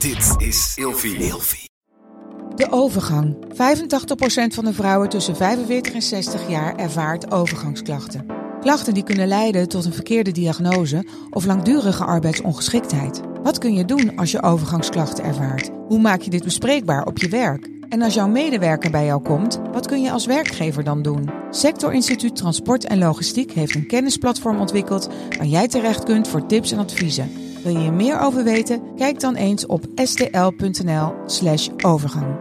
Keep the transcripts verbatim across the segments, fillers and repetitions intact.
Dit is Ilfie. De overgang. vijfentachtig procent van de vrouwen tussen vijfenveertig en zestig jaar ervaart overgangsklachten. Klachten die kunnen leiden tot een verkeerde diagnose of langdurige arbeidsongeschiktheid. Wat kun je doen als je overgangsklachten ervaart? Hoe maak je dit bespreekbaar op je werk? En als jouw medewerker bij jou komt, wat kun je als werkgever dan doen? Sector Instituut Transport en Logistiek heeft een kennisplatform ontwikkeld waar jij terecht kunt voor tips en adviezen. Wil je hier meer over weten? Kijk dan eens op stl.nl slash overgang.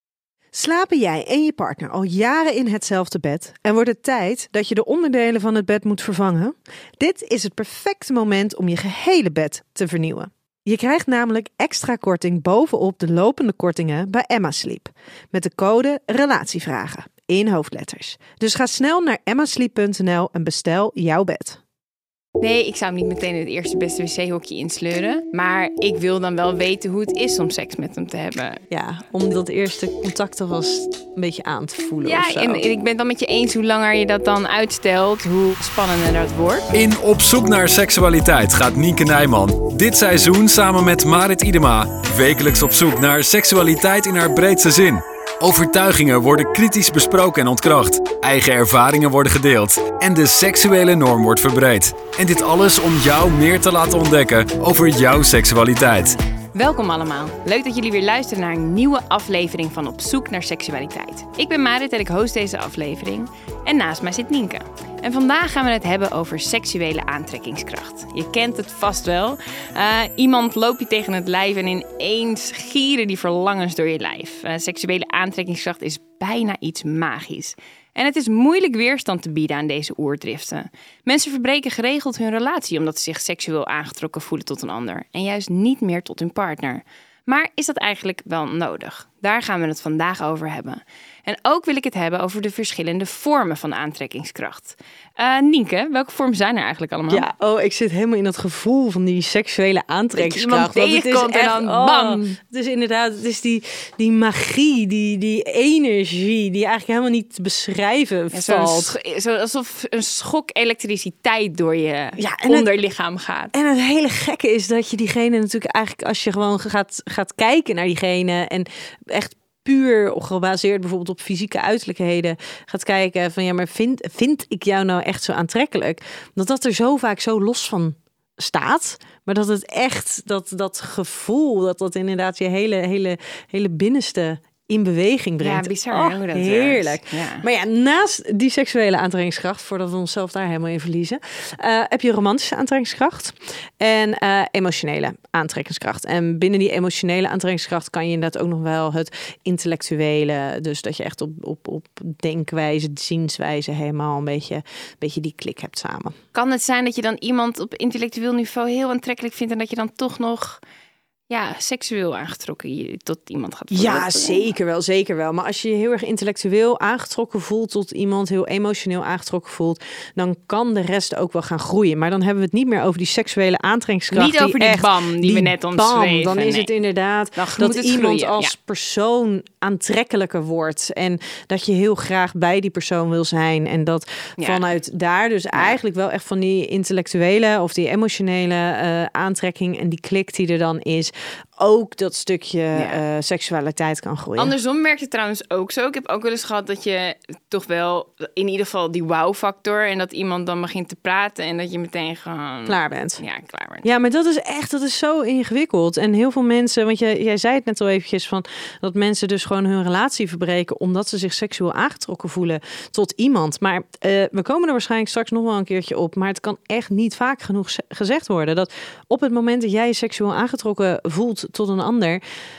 Slapen jij en je partner al jaren in hetzelfde bed en wordt het tijd dat je de onderdelen van het bed moet vervangen? Dit is het perfecte moment om je gehele bed te vernieuwen. Je krijgt namelijk extra korting bovenop de lopende kortingen bij Emma Sleep. Met de code RELATIEVRAGEN in hoofdletters. Dus ga snel naar emma sleep punt n l en bestel jouw bed. Nee, ik zou hem niet meteen in het eerste beste wc-hokje insleuren. Maar ik wil dan wel weten hoe het is om seks met hem te hebben. Ja, om dat eerste contact alvast een beetje aan te voelen. Ja, of zo. en, en ik ben het dan met je eens hoe langer je dat dan uitstelt, hoe spannender dat wordt. In Op zoek naar seksualiteit gaat Nienke Nijman dit seizoen samen met Marit Idema wekelijks op zoek naar seksualiteit in haar breedste zin. Overtuigingen worden kritisch besproken en ontkracht. Eigen ervaringen worden gedeeld. En de seksuele norm wordt verbreed. En dit alles om jou meer te laten ontdekken over jouw seksualiteit. Welkom allemaal. Leuk dat jullie weer luisteren naar een nieuwe aflevering van Op zoek naar seksualiteit. Ik ben Marit en ik host deze aflevering. En naast mij zit Nienke. En vandaag gaan we het hebben over seksuele aantrekkingskracht. Je kent het vast wel. Uh, iemand loopt je tegen het lijf en ineens gieren die verlangens door je lijf. Uh, seksuele aantrekkingskracht is bijna iets magisch. En het is moeilijk weerstand te bieden aan deze oerdriften. Mensen verbreken geregeld hun relatie omdat ze zich seksueel aangetrokken voelen tot een ander. En juist niet meer tot hun partner. Maar is dat eigenlijk wel nodig? Daar gaan we het vandaag over hebben. En ook wil ik het hebben over de verschillende vormen van aantrekkingskracht. Uh, Nienke, welke vormen zijn er eigenlijk allemaal? Ja, oh, ik zit helemaal in dat gevoel van die seksuele aantrekkingskracht. Dat iemand tegenkomt en dan oh, bam. Het is inderdaad, het is die, die magie, die, die energie die eigenlijk helemaal niet te beschrijven Ja, valt. Zo, zo, alsof een schok elektriciteit door je Ja, en onderlichaam gaat. En het hele gekke is dat je diegene natuurlijk eigenlijk, als je gewoon gaat, gaat kijken naar diegene en echt puur gebaseerd bijvoorbeeld op fysieke uiterlijkheden gaat kijken van ja, maar vind, vind ik jou nou echt zo aantrekkelijk? Dat dat er zo vaak zo los van staat, maar dat het echt, dat, dat gevoel, dat dat inderdaad je hele, hele, hele binnenste in beweging brengt. Ja, bizar oh, hoe dat heerlijk. Ja. Maar ja, naast die seksuele aantrekkingskracht, voordat we onszelf daar helemaal in verliezen, uh, heb je romantische aantrekkingskracht en uh, emotionele aantrekkingskracht. En binnen die emotionele aantrekkingskracht kan je inderdaad ook nog wel het intellectuele, dus dat je echt op, op, op denkwijze, zienswijze helemaal een beetje, een beetje die klik hebt samen. Kan het zijn dat je dan iemand op intellectueel niveau heel aantrekkelijk vindt en dat je dan toch nog ja, seksueel aangetrokken je tot iemand gaat voelen? Ja, zeker wel, zeker wel. Maar als je je heel erg intellectueel aangetrokken voelt tot iemand, heel emotioneel aangetrokken voelt, dan kan de rest ook wel gaan groeien. Maar dan hebben we het niet meer over die seksuele aantrekkingskracht. Niet over die, die bam die, die we net omschreven. Dan is nee. het inderdaad dan dat het iemand groeien, als ja. persoon aantrekkelijker wordt. En dat je heel graag bij die persoon wil zijn. En dat ja. vanuit daar dus ja. eigenlijk wel echt van die intellectuele of die emotionele uh, aantrekking en die klik die er dan is, ook dat stukje ja. uh, seksualiteit kan groeien. Andersom werkt het trouwens ook zo. Ik heb ook wel eens gehad dat je toch wel in ieder geval die wow-factor en dat iemand dan begint te praten en dat je meteen gewoon klaar bent. Ja, klaar bent. Ja, maar dat is echt, dat is zo ingewikkeld. En heel veel mensen, want jij, jij zei het net al eventjes van dat mensen dus gewoon hun relatie verbreken omdat ze zich seksueel aangetrokken voelen tot iemand. Maar uh, we komen er waarschijnlijk straks nog wel een keertje op. Maar het kan echt niet vaak genoeg gezegd worden dat op het moment dat jij je seksueel aangetrokken voelt tot een ander,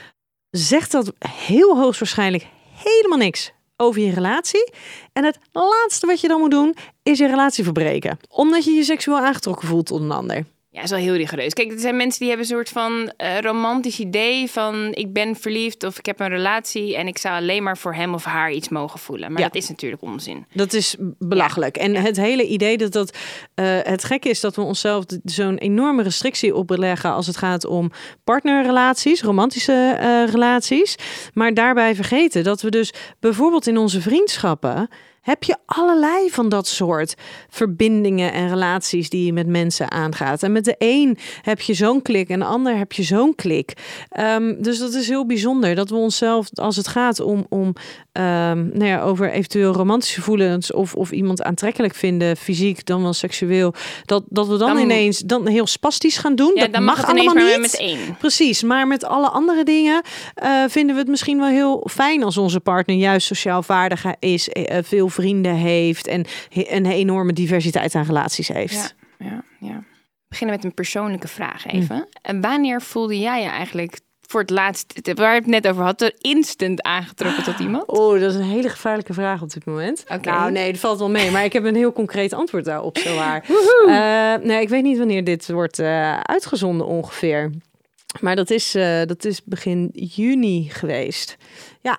zegt dat heel hoogstwaarschijnlijk helemaal niks over je relatie. En het laatste wat je dan moet doen, is je relatie verbreken. Omdat je je seksueel aangetrokken voelt tot een ander. Ja, dat is wel heel rigoureus. Kijk, er zijn mensen die hebben een soort van uh, romantisch idee van ik ben verliefd of ik heb een relatie en ik zou alleen maar voor hem of haar iets mogen voelen. Maar ja. dat is natuurlijk onzin. Dat is belachelijk. Ja. En ja. het hele idee dat dat uh, het gekke is dat we onszelf zo'n enorme restrictie opleggen als het gaat om partnerrelaties, romantische uh, relaties. Maar daarbij vergeten dat we dus bijvoorbeeld in onze vriendschappen heb je allerlei van dat soort verbindingen en relaties die je met mensen aangaat. En met de een heb je zo'n klik en de ander heb je zo'n klik. Um, dus dat is heel bijzonder dat we onszelf, als het gaat om, om um, nou ja, over eventueel romantische gevoelens of, of iemand aantrekkelijk vinden, fysiek dan wel seksueel, dat, dat we dan, dan ineens dan heel spastisch gaan doen. Ja, dat dan mag, mag het allemaal ineens maar niet. met één. Precies, maar met alle andere dingen uh, vinden we het misschien wel heel fijn als onze partner juist sociaal vaardig is, uh, veel vrienden heeft en he- een enorme diversiteit aan relaties heeft. Ja, ja, ja. We beginnen met een persoonlijke vraag even. Mm. En wanneer voelde jij je eigenlijk voor het laatst, waar we het net over hadden, instant aangetrokken tot iemand? Oh, dat is een hele gevaarlijke vraag op dit moment. Okay. Nou, nee, dat valt wel mee. Maar ik heb een heel concreet antwoord daarop, zowaar. uh, nee, ik weet niet wanneer dit wordt uh, uitgezonden ongeveer. Maar dat is, uh, dat is begin juni geweest. Ja.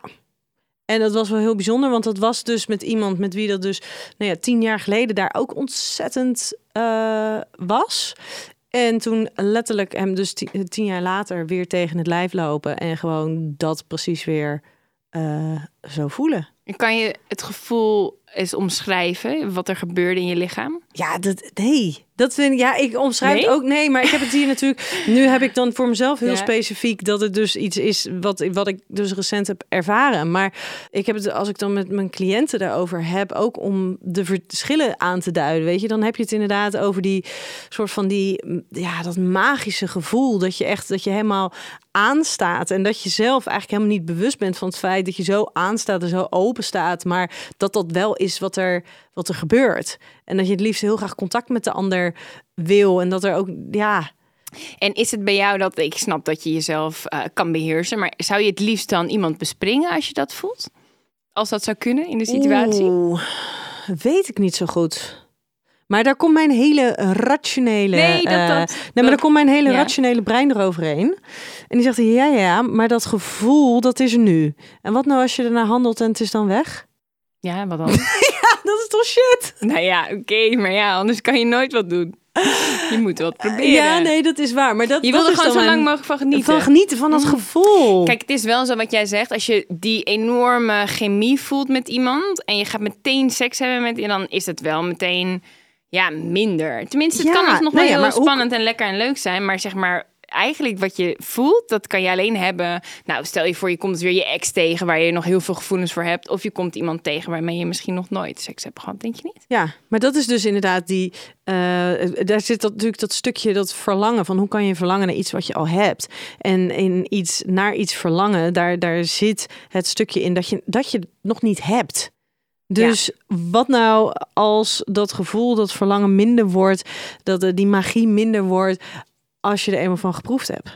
En dat was wel heel bijzonder, want dat was dus met iemand met wie dat dus nou ja, tien jaar geleden daar ook ontzettend uh, was. En toen letterlijk hem dus tien, tien jaar later weer tegen het lijf lopen en gewoon dat precies weer uh, zo voelen. Kan je het gevoel eens omschrijven, wat er gebeurde in je lichaam? Ja, dat, nee. Dat vind ik, ja, ik omschrijf nee? het ook. Nee, maar ik heb het hier natuurlijk. Nu heb ik dan voor mezelf heel ja. specifiek dat het dus iets is wat, wat ik dus recent heb ervaren. Maar ik heb het, als ik dan met mijn cliënten daarover heb, ook om de verschillen aan te duiden. Weet je, dan heb je het inderdaad over die soort van die, ja, dat magische gevoel dat je echt, dat je helemaal aanstaat en dat je zelf eigenlijk helemaal niet bewust bent van het feit dat je zo aanstaat en zo open staat, maar dat dat wel is wat er, wat er gebeurt. En dat je het liefst heel graag contact met de ander wil. En dat er ook, ja. En is het bij jou dat, ik snap dat je jezelf uh, kan beheersen, maar zou je het liefst dan iemand bespringen als je dat voelt? Als dat zou kunnen in de situatie? Oeh, weet ik niet zo goed. Maar daar komt mijn hele rationele... Nee, dat, uh, dat, nee maar dat, daar komt mijn hele ja. rationele brein eroverheen. En die zegt, ja, ja, maar dat gevoel, dat is er nu. En wat nou als je ernaar handelt en het is dan weg? Ja, wat dan? Ja, dat is toch shit? Nou ja, oké, okay, maar ja, anders kan je nooit wat doen. Je moet wat proberen. Ja, nee, dat is waar. Maar dat, je dat wil er is gewoon zo mijn... lang mogelijk van genieten. Van genieten van dat mm. gevoel. Kijk, het is wel zo wat jij zegt. Als je die enorme chemie voelt met iemand en je gaat meteen seks hebben met iemand, dan is het wel meteen ja, minder. Tenminste, het ja, kan nog nee, wel heel ja, spannend hoe... en lekker en leuk zijn, maar zeg maar, eigenlijk wat je voelt, dat kan je alleen hebben. Nou, stel je voor, je komt weer je ex tegen waar je nog heel veel gevoelens voor hebt. Of je komt iemand tegen waarmee je misschien nog nooit seks hebt gehad, denk je niet? Ja, maar dat is dus inderdaad die... Uh, daar zit dat, natuurlijk dat stukje, dat verlangen van hoe kan je verlangen naar iets wat je al hebt. En in iets, naar iets verlangen, daar, daar zit het stukje in dat je, dat je nog niet hebt. Dus ja. Wat nou als dat gevoel, dat verlangen minder wordt, dat uh, die magie minder wordt, als je er eenmaal van geproefd hebt.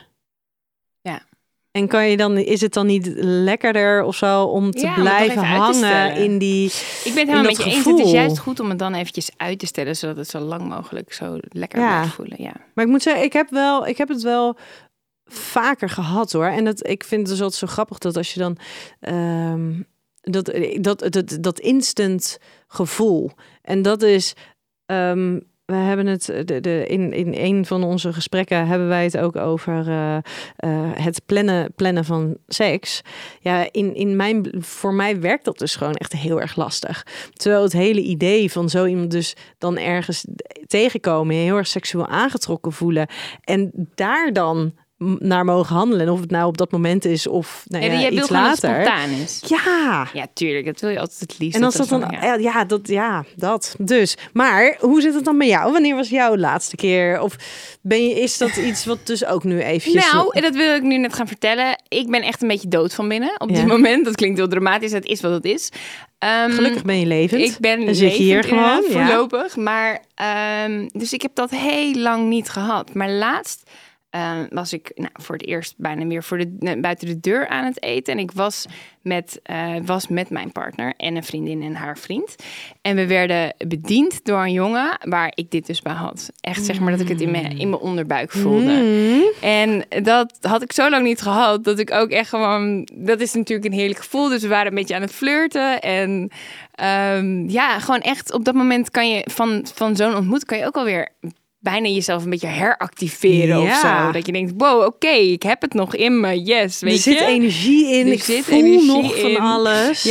Ja. En kan je dan, is het dan niet lekkerder of zo om te ja, blijven hangen in die Ik ben het helemaal met je eens. Het is juist goed om het dan eventjes uit te stellen, zodat het zo lang mogelijk zo lekker ja. blijft voelen. Ja. Maar ik moet zeggen, ik heb wel, ik heb het wel vaker gehad hoor. En dat, ik vind het dus altijd zo grappig dat als je dan um, dat, dat, dat, dat instant gevoel. En dat is um, we hebben het de, de, in, in een van onze gesprekken hebben wij het ook over uh, uh, het plannen, plannen van seks. Ja, in, in mijn, voor mij werkt dat dus gewoon echt heel erg lastig. Terwijl het hele idee van zo iemand dus dan ergens tegenkomen, heel erg seksueel aangetrokken voelen en daar dan naar mogen handelen. En of het nou op dat moment is of nou ja, ja, jij iets wil later. Dat het spontaan is. Ja. Ja, tuurlijk. Dat wil je altijd het liefst. En als dat, dat dan... Ja. ja, dat, ja, dat. Dus. Maar hoe zit het dan met jou? Wanneer was jouw laatste keer? Of ben je, is dat iets wat dus ook nu eventjes... Nou, en dat wil ik nu net gaan vertellen. Ik ben echt een beetje dood van binnen. Op ja. dit moment. Dat klinkt heel dramatisch. Het is wat het is. Um, Gelukkig ben je levend. Ik ben en zit je hier gewoon. Ja, voorlopig. Ja. Maar, um, dus ik heb dat heel lang niet gehad. Maar laatst... Uh, was ik nou, voor het eerst bijna weer voor de, uh, buiten de deur aan het eten. En ik was met, uh, was met mijn partner en een vriendin en haar vriend. En we werden bediend door een jongen waar ik dit dus bij had. Echt zeg maar dat ik het in mijn, in mijn onderbuik voelde. Mm. En dat had ik zo lang niet gehad. Dat ik ook echt gewoon... Dat is natuurlijk een heerlijk gevoel. Dus we waren een beetje aan het flirten. En um, ja, gewoon echt op dat moment kan je van, van zo'n ontmoet kan je ook alweer... bijna jezelf een beetje heractiveren ja. of zo. Dat je denkt, wow, oké, okay, ik heb het nog in me, yes, weet er je. Er zit energie in, er ik zit voel energie nog in. Van alles. Ja,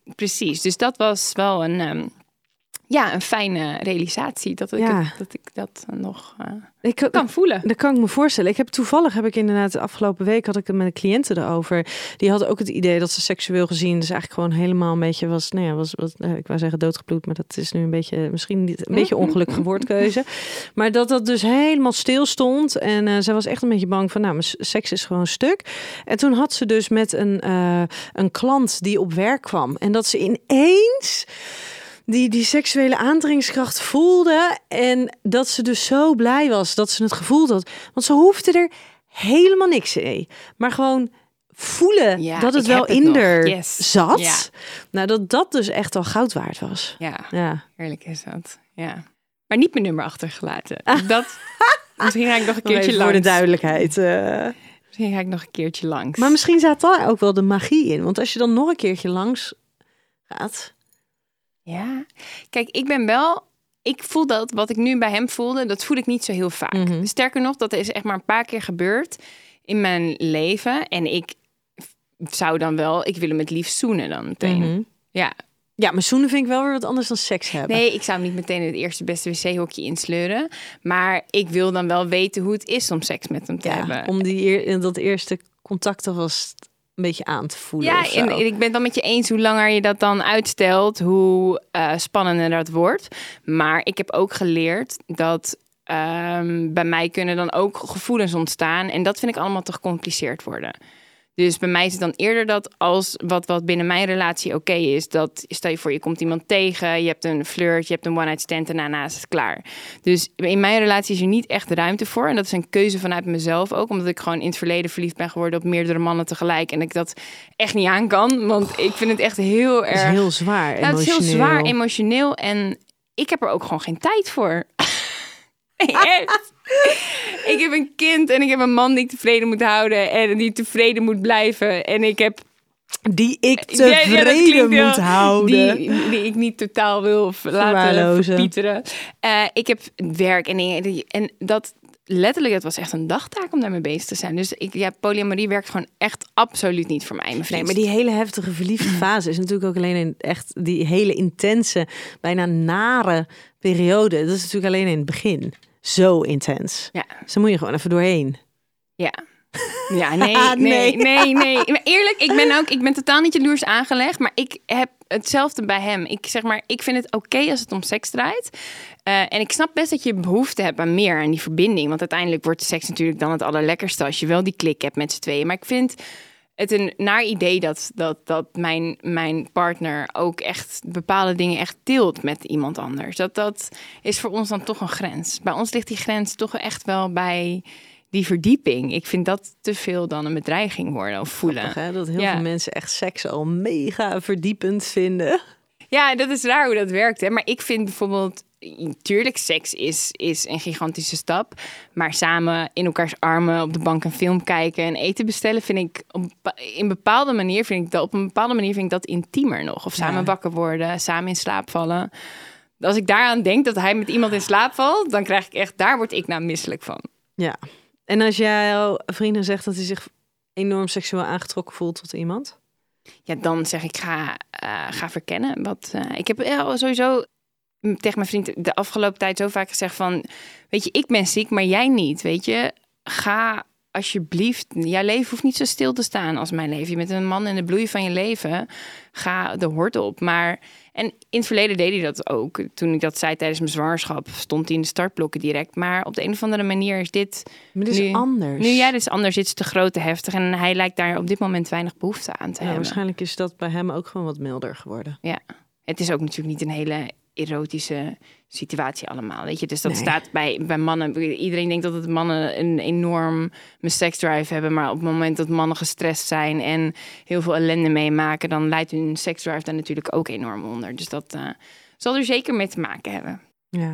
precies. Dus dat was wel een, um, ja, een fijne realisatie. Dat ik, Ja. het, dat, ik dat nog uh, Ik kan voelen. Dat kan ik me voorstellen. Ik heb toevallig heb ik inderdaad de afgelopen week had ik het met een cliënten erover. Die hadden ook het idee dat ze seksueel gezien dus eigenlijk gewoon helemaal een beetje was, nou ja, was, was ik wou zeggen doodgebloed, maar dat is nu een beetje misschien niet een beetje ongelukkige woordkeuze. Maar dat dat dus helemaal stil stond en uh, zij was echt een beetje bang van, nou, mijn seks is gewoon stuk. En toen had ze dus met een uh, een klant die op werk kwam en dat ze ineens Die, die seksuele aantrekkingskracht voelde. En dat ze dus zo blij was dat ze het gevoeld had. Want ze hoefde er helemaal niks in. Maar gewoon voelen ja, dat het wel in haar yes. zat. Ja. Nou, dat dat dus echt al goud waard was. Ja, ja. Heerlijk is dat. Ja. Maar niet mijn nummer achtergelaten. Ah. Dat, misschien ga ik nog een keertje langs. Voor de duidelijkheid. Uh... Misschien ga ik nog een keertje langs. Maar misschien zat daar ook wel de magie in. Want als je dan nog een keertje langs gaat... Ja, kijk, ik ben wel... Ik voel dat, wat ik nu bij hem voelde, dat voel ik niet zo heel vaak. Mm-hmm. Sterker nog, dat is echt maar een paar keer gebeurd in mijn leven. En ik zou dan wel... Ik wil hem het liefst zoenen dan meteen. Mm-hmm. Ja. Ja, maar zoenen vind ik wel weer wat anders dan seks hebben. Nee, ik zou hem niet meteen het eerste beste wc-hokje insleuren. Maar ik wil dan wel weten hoe het is om seks met hem te ja, hebben. Om die eer, dat eerste contact alvast een beetje aan te voelen. Ja, en ik ben het dan met je eens, hoe langer je dat dan uitstelt, hoe uh, spannender dat wordt. Maar ik heb ook geleerd dat um, bij mij kunnen dan ook gevoelens ontstaan. En dat vind ik allemaal te gecompliceerd worden. Dus bij mij is het dan eerder dat als wat, wat binnen mijn relatie oké okay is, dat stel je voor, je komt iemand tegen, je hebt een flirt, je hebt een one-night stand en daarna is het klaar. Dus in mijn relatie is er niet echt ruimte voor. En dat is een keuze vanuit mezelf ook, omdat ik gewoon in het verleden verliefd ben geworden op meerdere mannen tegelijk. En ik dat echt niet aan kan, want ik vind het echt heel erg... Het is heel zwaar, ja, het is heel zwaar, emotioneel. En ik heb er ook gewoon geen tijd voor. Echt. Ik heb een kind en ik heb een man die ik tevreden moet houden en die tevreden moet blijven. En ik heb... Die ik tevreden ja, ja, moet houden. Die, die ik niet totaal wil laten verpieteren. Uh, ik heb werk en dingen. En dat letterlijk, het was echt een dagtaak om daarmee bezig te zijn. Dus ik, ja, polyamorie werkt gewoon echt absoluut niet voor mij. Nee, maar die hele heftige verliefde fase is natuurlijk ook alleen in echt die hele intense, bijna nare periode. Dat is natuurlijk alleen in het begin. Zo intens. Ja. Dus dan moet je gewoon even doorheen. Ja. Ja, nee, nee, nee, nee. Maar eerlijk, ik ben ook, ik ben totaal niet jaloers aangelegd, maar ik heb hetzelfde bij hem. Ik zeg maar, ik vind het oké okay als het om seks draait. Uh, en ik snap best dat je behoefte hebt aan meer, aan die verbinding. Want uiteindelijk wordt seks natuurlijk dan het allerlekkerste als je wel die klik hebt met z'n tweeën. Maar ik vind het een naar idee dat, dat, dat mijn, mijn partner ook echt bepaalde dingen echt deelt met iemand anders. Dat, dat is voor ons dan toch een grens. Bij ons ligt die grens toch echt wel bij die verdieping. Ik vind dat te veel dan een bedreiging worden of voelen. Grappig, hè? Dat heel ja. veel mensen echt seks al mega verdiepend vinden. Ja, dat is raar hoe dat werkt. Hè? Maar ik vind bijvoorbeeld, tuurlijk, seks is, is een gigantische stap. Maar samen in elkaars armen op de bank een film kijken en eten bestellen, vind ik op een bepaalde manier vind ik dat op een bepaalde manier vind ik dat intiemer nog. Of samen ja. wakker worden, samen in slaap vallen. Als ik daaraan denk dat hij met iemand in slaap valt, dan krijg ik echt, daar word ik nou misselijk van. Ja. En als jouw vrienden zegt dat hij zich enorm seksueel aangetrokken voelt tot iemand? Ja, dan zeg ik, ga, uh, ga verkennen. Wat, uh, ik heb uh, sowieso tegen mijn vriend de afgelopen tijd zo vaak gezegd van, weet je, ik ben ziek, maar jij niet, weet je. Ga alsjeblieft, jouw leven hoeft niet zo stil te staan als mijn leven. Je bent een man in de bloei van je leven. Ga de hort op. Maar, en in het verleden deed hij dat ook. Toen ik dat zei tijdens mijn zwangerschap, stond hij in de startblokken direct. Maar op de een of andere manier is dit... Maar dit is nu, anders. Nu ja, dit is anders. Dit is te groot, te heftig. En hij lijkt daar op dit moment weinig behoefte aan te ja, hebben. Waarschijnlijk is dat bij hem ook gewoon wat milder geworden. Ja, het is ook natuurlijk niet een hele erotische situatie allemaal, weet je. Dus dat nee. staat bij, bij mannen. Iedereen denkt dat het mannen een enorm seksdrive hebben, maar op het moment dat mannen gestrest zijn en heel veel ellende meemaken, dan leidt hun seksdrive daar natuurlijk ook enorm onder. Dus dat uh, zal er zeker mee te maken hebben. Ja.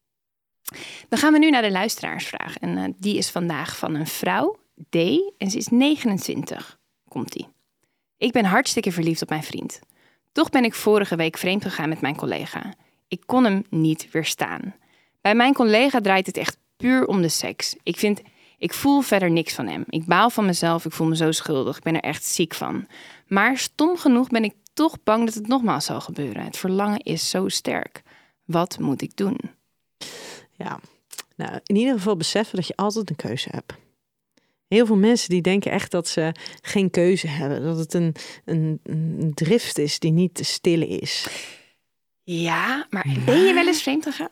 Dan gaan we nu naar de luisteraarsvraag. En uh, die is vandaag van een vrouw, D, en ze is negenentwintig. Komt-ie. Ik ben hartstikke verliefd op mijn vriend. Toch ben ik vorige week vreemd gegaan met mijn collega. Ik kon hem niet weerstaan. Bij mijn collega draait het echt puur om de seks. Ik vind, ik voel verder niks van hem. Ik baal van mezelf, ik voel me zo schuldig. Ik ben er echt ziek van. Maar stom genoeg ben ik toch bang dat het nogmaals zal gebeuren. Het verlangen is zo sterk. Wat moet ik doen? Ja, nou, in ieder geval beseffen dat je altijd een keuze hebt. Heel veel mensen die denken echt dat ze geen keuze hebben. Dat het een, een, een drift is die niet te stillen is. Ja, maar ben je wel eens vreemd gegaan?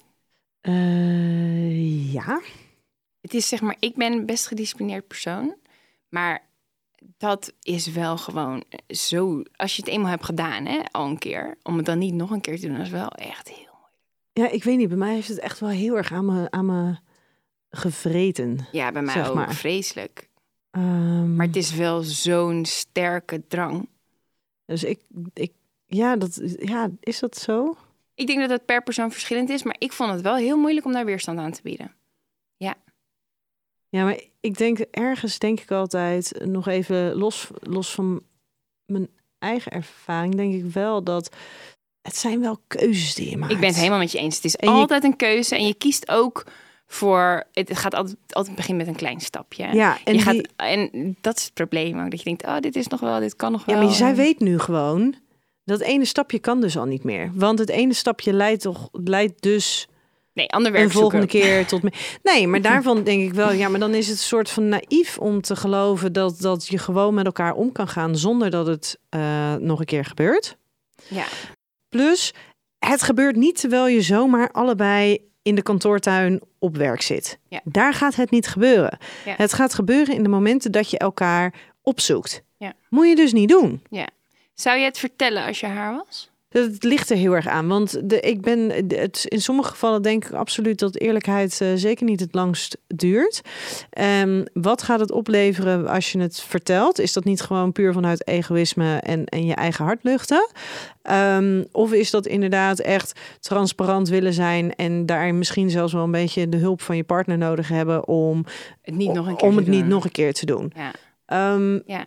Uh, ja. Het is zeg maar, ik ben een best gedisciplineerd persoon. Maar dat is wel gewoon zo... Als je het eenmaal hebt gedaan, hè, al een keer... om het dan niet nog een keer te doen, dat is wel echt heel mooi. Ja, ik weet niet. Bij mij heeft het echt wel heel erg aan me, aan me gevreten. Ja, bij mij zeg ook. maar. Vreselijk. Um, maar het is wel zo'n sterke drang. Dus ik... ik ja, dat, ja, is dat zo? Ik denk dat het per persoon verschillend is... maar ik vond het wel heel moeilijk om daar weerstand aan te bieden. Ja. Ja, maar ik denk ergens denk ik altijd... nog even los, los van mijn eigen ervaring... denk ik wel dat... het zijn wel keuzes die je maakt. Ik ben het helemaal met je eens. Het is en altijd je... een keuze en je kiest ook... voor het gaat altijd, altijd beginnen met een klein stapje. Ja, en, je gaat, die... en dat is het probleem ook. Dat je denkt, oh, dit is nog wel, dit kan nog wel. Ja, maar zij weet nu gewoon... dat ene stapje kan dus al niet meer. Want het ene stapje leidt toch leidt dus... Nee, ander werk de volgende keer tot me. Nee, maar daarvan denk ik wel... ja, maar dan is het een soort van naïef om te geloven... dat, dat je gewoon met elkaar om kan gaan... zonder dat het uh, nog een keer gebeurt. Ja. Plus, het gebeurt niet terwijl je zomaar allebei... in de kantoortuin op werk zit. Ja. Daar gaat het niet gebeuren. Ja. Het gaat gebeuren in de momenten dat je elkaar opzoekt. Ja. Moet je dus niet doen. Ja. Zou je het vertellen als je haar was? Het ligt er heel erg aan. Want de, ik ben het, in sommige gevallen denk ik absoluut dat eerlijkheid uh, zeker niet het langst duurt. Um, wat gaat het opleveren als je het vertelt? Is dat niet gewoon puur vanuit egoïsme en, en je eigen hart luchten? Um, of is dat inderdaad echt transparant willen zijn en daar misschien zelfs wel een beetje de hulp van je partner nodig hebben om het niet nog een keer, om te, het doen. Niet nog een keer te doen? Ja. Um, ja.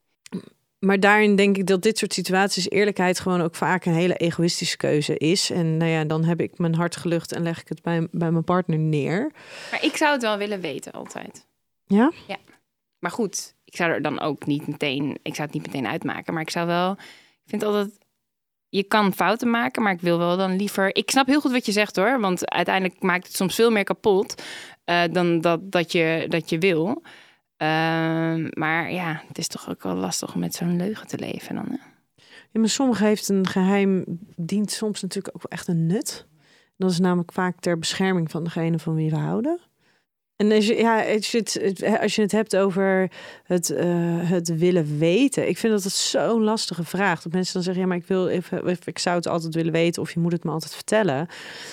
Maar daarin denk ik dat dit soort situaties eerlijkheid gewoon ook vaak een hele egoïstische keuze is. En nou ja, dan heb ik mijn hart gelucht en leg ik het bij, bij mijn partner neer. Maar ik zou het wel willen weten altijd. Ja? Ja. Maar goed, ik zou er dan ook niet meteen, ik zou het niet meteen uitmaken. Maar ik zou wel, ik vind altijd, je kan fouten maken, maar ik wil wel dan liever... Ik snap heel goed wat je zegt hoor, want uiteindelijk maakt het soms veel meer kapot uh, dan dat, dat, je, dat je wil... Uh, maar ja, het is toch ook wel lastig om met zo'n leugen te leven dan. Hè? Ja, maar sommige heeft een geheim dient soms natuurlijk ook wel echt een nut. Dat is namelijk vaak ter bescherming van degene van wie we houden. En als je, ja, als je, het, als je het hebt over het, uh, het willen weten. Ik vind dat het zo'n lastige vraag. Dat mensen dan zeggen, ja, maar ik wil even, ik zou het altijd willen weten of je moet het me altijd vertellen.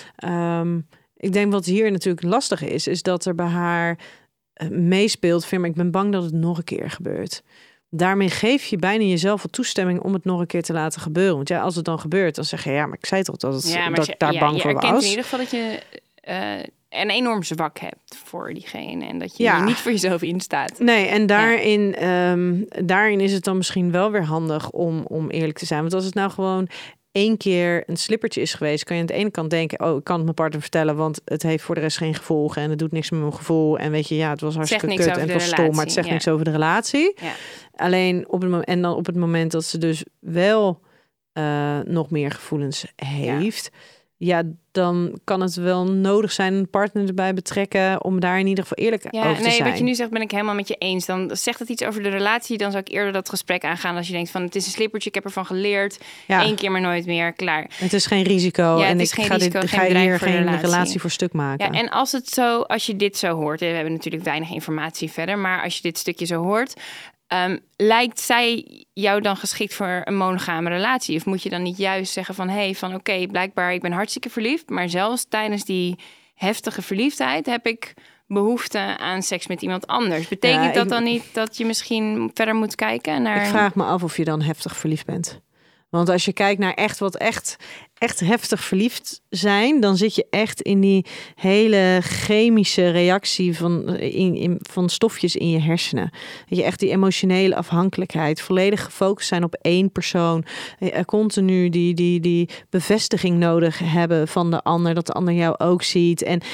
Um, ik denk wat hier natuurlijk lastig is, is dat er bij haar meespeelt, vind ik, ik ben bang dat het nog een keer gebeurt. Daarmee geef je bijna jezelf al toestemming om het nog een keer te laten gebeuren. Want ja, als het dan gebeurt, dan zeg je, ja, maar ik zei toch dat, het, ja, dat je, ik daar ja, bang je voor was. Je erkent in ieder geval dat je uh, een enorm zwak hebt voor diegene. En dat je ja. niet voor jezelf instaat. Nee, en daarin, ja. um, daarin is het dan misschien wel weer handig om, om eerlijk te zijn. Want als het nou gewoon één keer een slippertje is geweest, kan je aan de ene kant denken, oh, ik kan het mijn partner vertellen, want het heeft voor de rest geen gevolgen en het doet niks met mijn gevoel. En weet je, ja, het was hartstikke kut en het was stom, maar het zegt ja. niks over de relatie. Ja. Alleen op het moment, en dan op het moment dat ze dus wel uh, nog meer gevoelens heeft, ja. ja, dan kan het wel nodig zijn een partner erbij betrekken om daar in ieder geval eerlijk ja, over te nee, zijn. Wat je nu zegt ben ik helemaal met je eens. Dan zegt het iets over de relatie, dan zou ik eerder dat gesprek aangaan als je denkt van het is een slippertje, ik heb ervan geleerd, ja. één keer maar nooit meer, klaar. Het is geen risico ja, en ik geen ga, risico, dit, geen ga hier geen relatie. relatie voor stuk maken. Ja, en als het zo, als je dit zo hoort, we hebben natuurlijk weinig informatie verder, maar als je dit stukje zo hoort, Um, lijkt zij jou dan geschikt voor een monogame relatie? Of moet je dan niet juist zeggen van, hé, hey, van oké, okay, blijkbaar ik ben hartstikke verliefd, maar zelfs tijdens die heftige verliefdheid heb ik behoefte aan seks met iemand anders. Betekent ja, dat ik, dan niet dat je misschien verder moet kijken naar... Ik vraag me af of je dan heftig verliefd bent. Want als je kijkt naar echt wat echt, echt heftig verliefd zijn, dan zit je echt in die hele chemische reactie van, in, in, van stofjes in je hersenen. Dat je echt die emotionele afhankelijkheid, volledig gefocust zijn op één persoon, continu die, die, die bevestiging nodig hebben van de ander, dat de ander jou ook ziet. En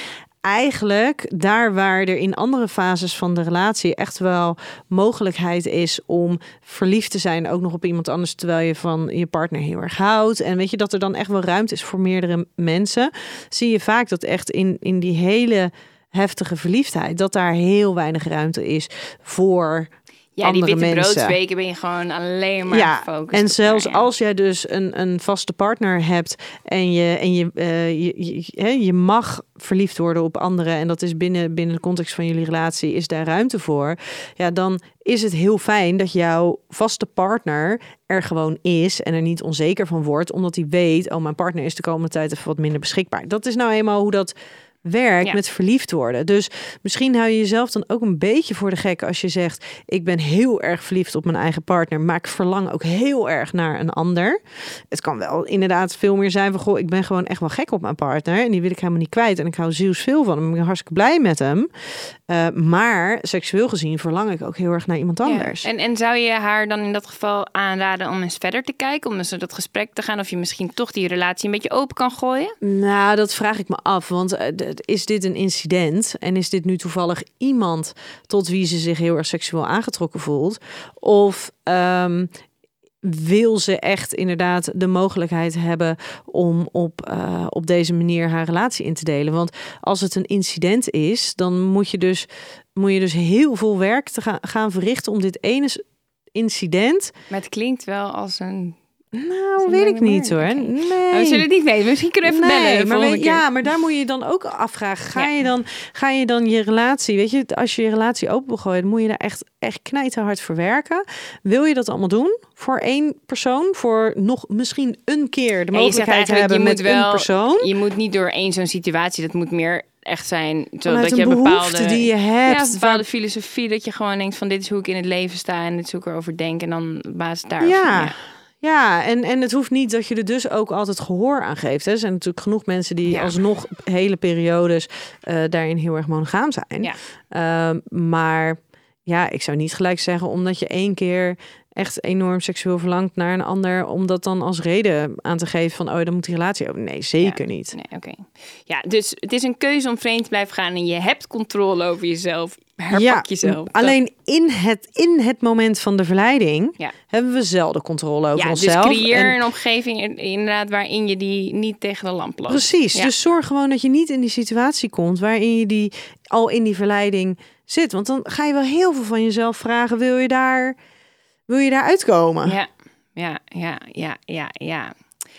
eigenlijk daar waar er in andere fases van de relatie echt wel mogelijkheid is om verliefd te zijn ook nog op iemand anders terwijl je van je partner heel erg houdt. En weet je dat er dan echt wel ruimte is voor meerdere mensen. Zie je vaak dat echt in, in die hele heftige verliefdheid dat daar heel weinig ruimte is voor Ja, die witte mensen. broodsweken ben je gewoon alleen maar ja, gefocust. En zelfs elkaar, ja. als jij dus een, een vaste partner hebt en je en je, uh, je, je, je, je mag verliefd worden op anderen en dat is binnen, binnen de context van jullie relatie, is daar ruimte voor. Ja, dan is het heel fijn dat jouw vaste partner er gewoon is en er niet onzeker van wordt, omdat hij weet, oh, mijn partner is de komende tijd even wat minder beschikbaar. Dat is nou eenmaal hoe dat werkt ja. met verliefd worden. Dus misschien hou je jezelf dan ook een beetje voor de gek als je zegt, ik ben heel erg verliefd op mijn eigen partner, maar ik verlang ook heel erg naar een ander. Het kan wel inderdaad veel meer zijn van, goh, ik ben gewoon echt wel gek op mijn partner en die wil ik helemaal niet kwijt en ik hou zielsveel van hem. Ik ben hartstikke blij met hem. Uh, maar seksueel gezien verlang ik ook heel erg naar iemand anders. Ja. En, en zou je haar dan in dat geval aanraden om eens verder te kijken, om eens dat gesprek te gaan, of je misschien toch die relatie een beetje open kan gooien? Nou, dat vraag ik me af, want uh, is dit een incident en is dit nu toevallig iemand tot wie ze zich heel erg seksueel aangetrokken voelt? Of um, wil ze echt inderdaad de mogelijkheid hebben om op, uh, op deze manier haar relatie in te delen? Want als het een incident is, dan moet je dus, moet je dus heel veel werk te gaan, gaan verrichten om dit ene incident. Maar het klinkt wel als een... Nou, weet ik niet hoor. Nee. Nou, we zullen het niet weten. Misschien kunnen we even nee, bellen. Maar weet, ja, maar daar moet je dan ook afvragen. Ga, ja. je, dan, ga je dan je relatie, weet je, als je je relatie open wil gooien, dan moet je daar echt, echt knijterhard voor werken. Wil je dat allemaal doen voor één persoon? Voor nog misschien een keer de mogelijkheid hebben met wel, een persoon? Je moet niet door één zo'n situatie, dat moet meer echt zijn zodat je een bepaalde die je hebt, ja, een bepaalde filosofie, dat je gewoon denkt van dit is hoe ik in het leven sta en dit is hoe ik erover denk en dan op basis daarvan. Ja. ja. Ja, en, en het hoeft niet dat je er dus ook altijd gehoor aan geeft. Hè. Er zijn natuurlijk genoeg mensen die ja. alsnog hele periodes uh, daarin heel erg monogaam zijn. Ja. Uh, maar ja, ik zou niet gelijk zeggen, omdat je één keer echt enorm seksueel verlangt naar een ander, om dat dan als reden aan te geven van, oh, dan moet die relatie ook. Nee, zeker ja. niet. Nee, oké. Okay. Ja, dus het is een keuze om vreemd te blijven gaan en je hebt controle over jezelf. Herpak ja, jezelf. Alleen in het, in het moment van de verleiding ja. hebben we zelden controle over ja, onszelf. Dus creëer en... een omgeving inderdaad waarin je die niet tegen de lamp loopt. Precies, ja. dus zorg gewoon dat je niet in die situatie komt waarin je die al in die verleiding zit. Want dan ga je wel heel veel van jezelf vragen, wil je daar, wil je daar uitkomen? Ja, ja, ja, ja, ja, ja.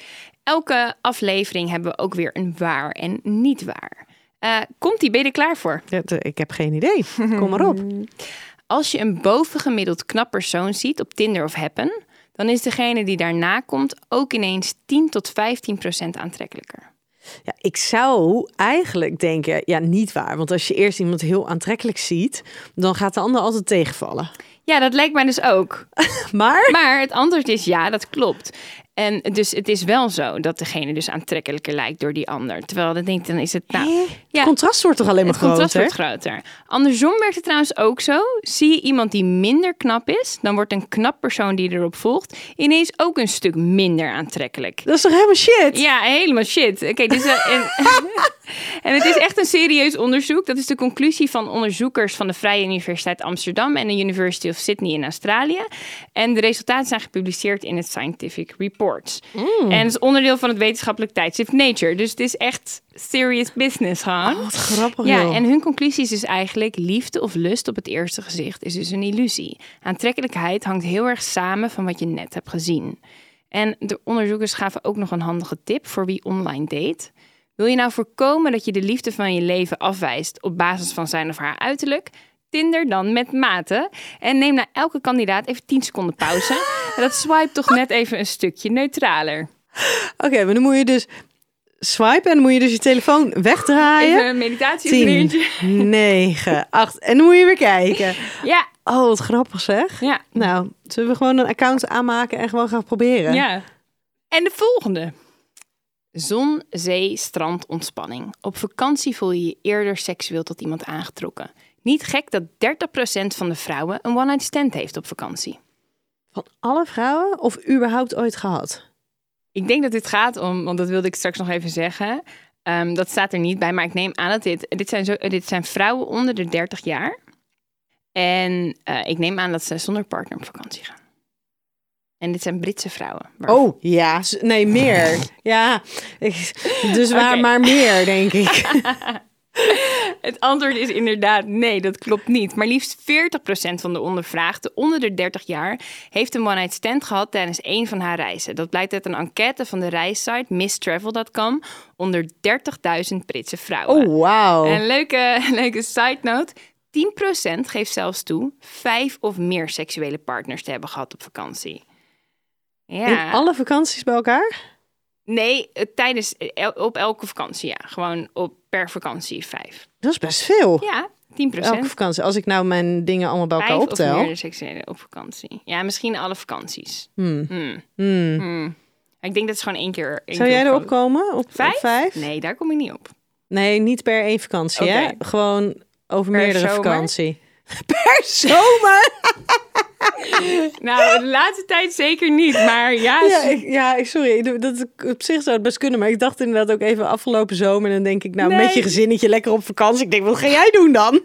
Elke aflevering hebben we ook weer een waar en niet waar. Uh, komt die, ben je er klaar voor? Ja, ik heb geen idee. Kom maar op. Als je een bovengemiddeld knap persoon ziet op Tinder of Happen, dan is degene die daarna komt ook ineens tien tot vijftien procent aantrekkelijker. Ja, ik zou eigenlijk denken, ja, niet waar. Want als je eerst iemand heel aantrekkelijk ziet, dan gaat de ander altijd tegenvallen. Ja, dat lijkt mij dus ook. maar? Maar het antwoord is ja, dat klopt. En dus het is wel zo dat degene dus aantrekkelijker lijkt door die ander. Terwijl dan denk dan is het nou... Ja, het contrast wordt toch alleen maar groter? Het contrast wordt groter. Andersom werkt het trouwens ook zo. Zie je iemand die minder knap is, dan wordt een knap persoon die erop volgt ineens ook een stuk minder aantrekkelijk. Dat is toch helemaal shit? Ja, helemaal shit. Oké, okay, dus... Uh, en, en het is echt een serieus onderzoek. Dat is de conclusie van onderzoekers van de Vrije Universiteit Amsterdam en de University of Sydney in Australië. En de resultaten zijn gepubliceerd in het Scientific Report. Mm. En het is onderdeel van het wetenschappelijk tijdschrift Nature. Dus het is echt serious business, gewoon. Oh, wat grappig. Ja, joh. en hun conclusie is dus eigenlijk liefde of lust op het eerste gezicht is dus een illusie. Aantrekkelijkheid hangt heel erg samen van wat je net hebt gezien. En de onderzoekers gaven ook nog een handige tip voor wie online date. Wil je nou voorkomen dat je de liefde van je leven afwijst op basis van zijn of haar uiterlijk? Tinder dan met mate. En neem na elke kandidaat even tien seconden pauze. En dat swipe toch net even een stukje neutraler. Oké, okay, maar dan moet je dus swipen en dan moet je dus je telefoon wegdraaien. Even een meditatie. negen, acht en dan moet je weer kijken. Ja. Oh, wat grappig zeg. Ja. Nou, zullen we gewoon een account aanmaken en gewoon gaan proberen? Ja. En de volgende. Zon, zee, strand, ontspanning. Op vakantie voel je je eerder seksueel tot iemand aangetrokken. Niet gek dat dertig procent van de vrouwen een one-night stand heeft op vakantie. Van alle vrouwen of überhaupt ooit gehad? Ik denk dat dit gaat om, want dat wilde ik straks nog even zeggen. Um, dat staat er niet bij, maar ik neem aan dat dit... Dit zijn, zo, dit zijn vrouwen onder de dertig jaar. En uh, ik neem aan dat ze zonder partner op vakantie gaan. En dit zijn Britse vrouwen. Waarvan... Oh, ja. Nee, meer. Ja, ik, dus waar okay. maar meer, denk ik. Het antwoord is inderdaad nee, dat klopt niet. Maar liefst veertig procent van de ondervraagden onder de dertig jaar... heeft een one-night stand gehad tijdens een van haar reizen. Dat blijkt uit een enquête van de reissite miss travel dot com... onder dertigduizend Britse vrouwen. Oh, wauw. En een leuke, leuke side note... tien procent geeft zelfs toe vijf of meer seksuele partners te hebben gehad op vakantie. Ja. In alle vakanties bij elkaar? Nee, tijdens, op elke vakantie, ja. Gewoon op per vakantie vijf. Dat is best veel. Ja, tien procent. Elke vakantie. Als ik nou mijn dingen allemaal bij elkaar vijf optel. Of meer seksuele op vakantie. Ja, misschien alle vakanties. Hmm. Hmm. Hmm. Hmm. Ik denk dat het gewoon één keer... Één Zou keer jij erop komen? Op vijf? op vijf? Nee, daar kom ik niet op. Nee, niet per één vakantie, okay. hè? Gewoon over per meerdere zomer? vakantie. Per zomer? Nou, de laatste tijd zeker niet, maar ja... Ja, ik, ja sorry, dat, op zich zou het best kunnen, maar ik dacht inderdaad ook even afgelopen zomer en dan denk ik, nou, nee. met je gezinnetje lekker op vakantie. Ik denk, wat ga jij doen dan?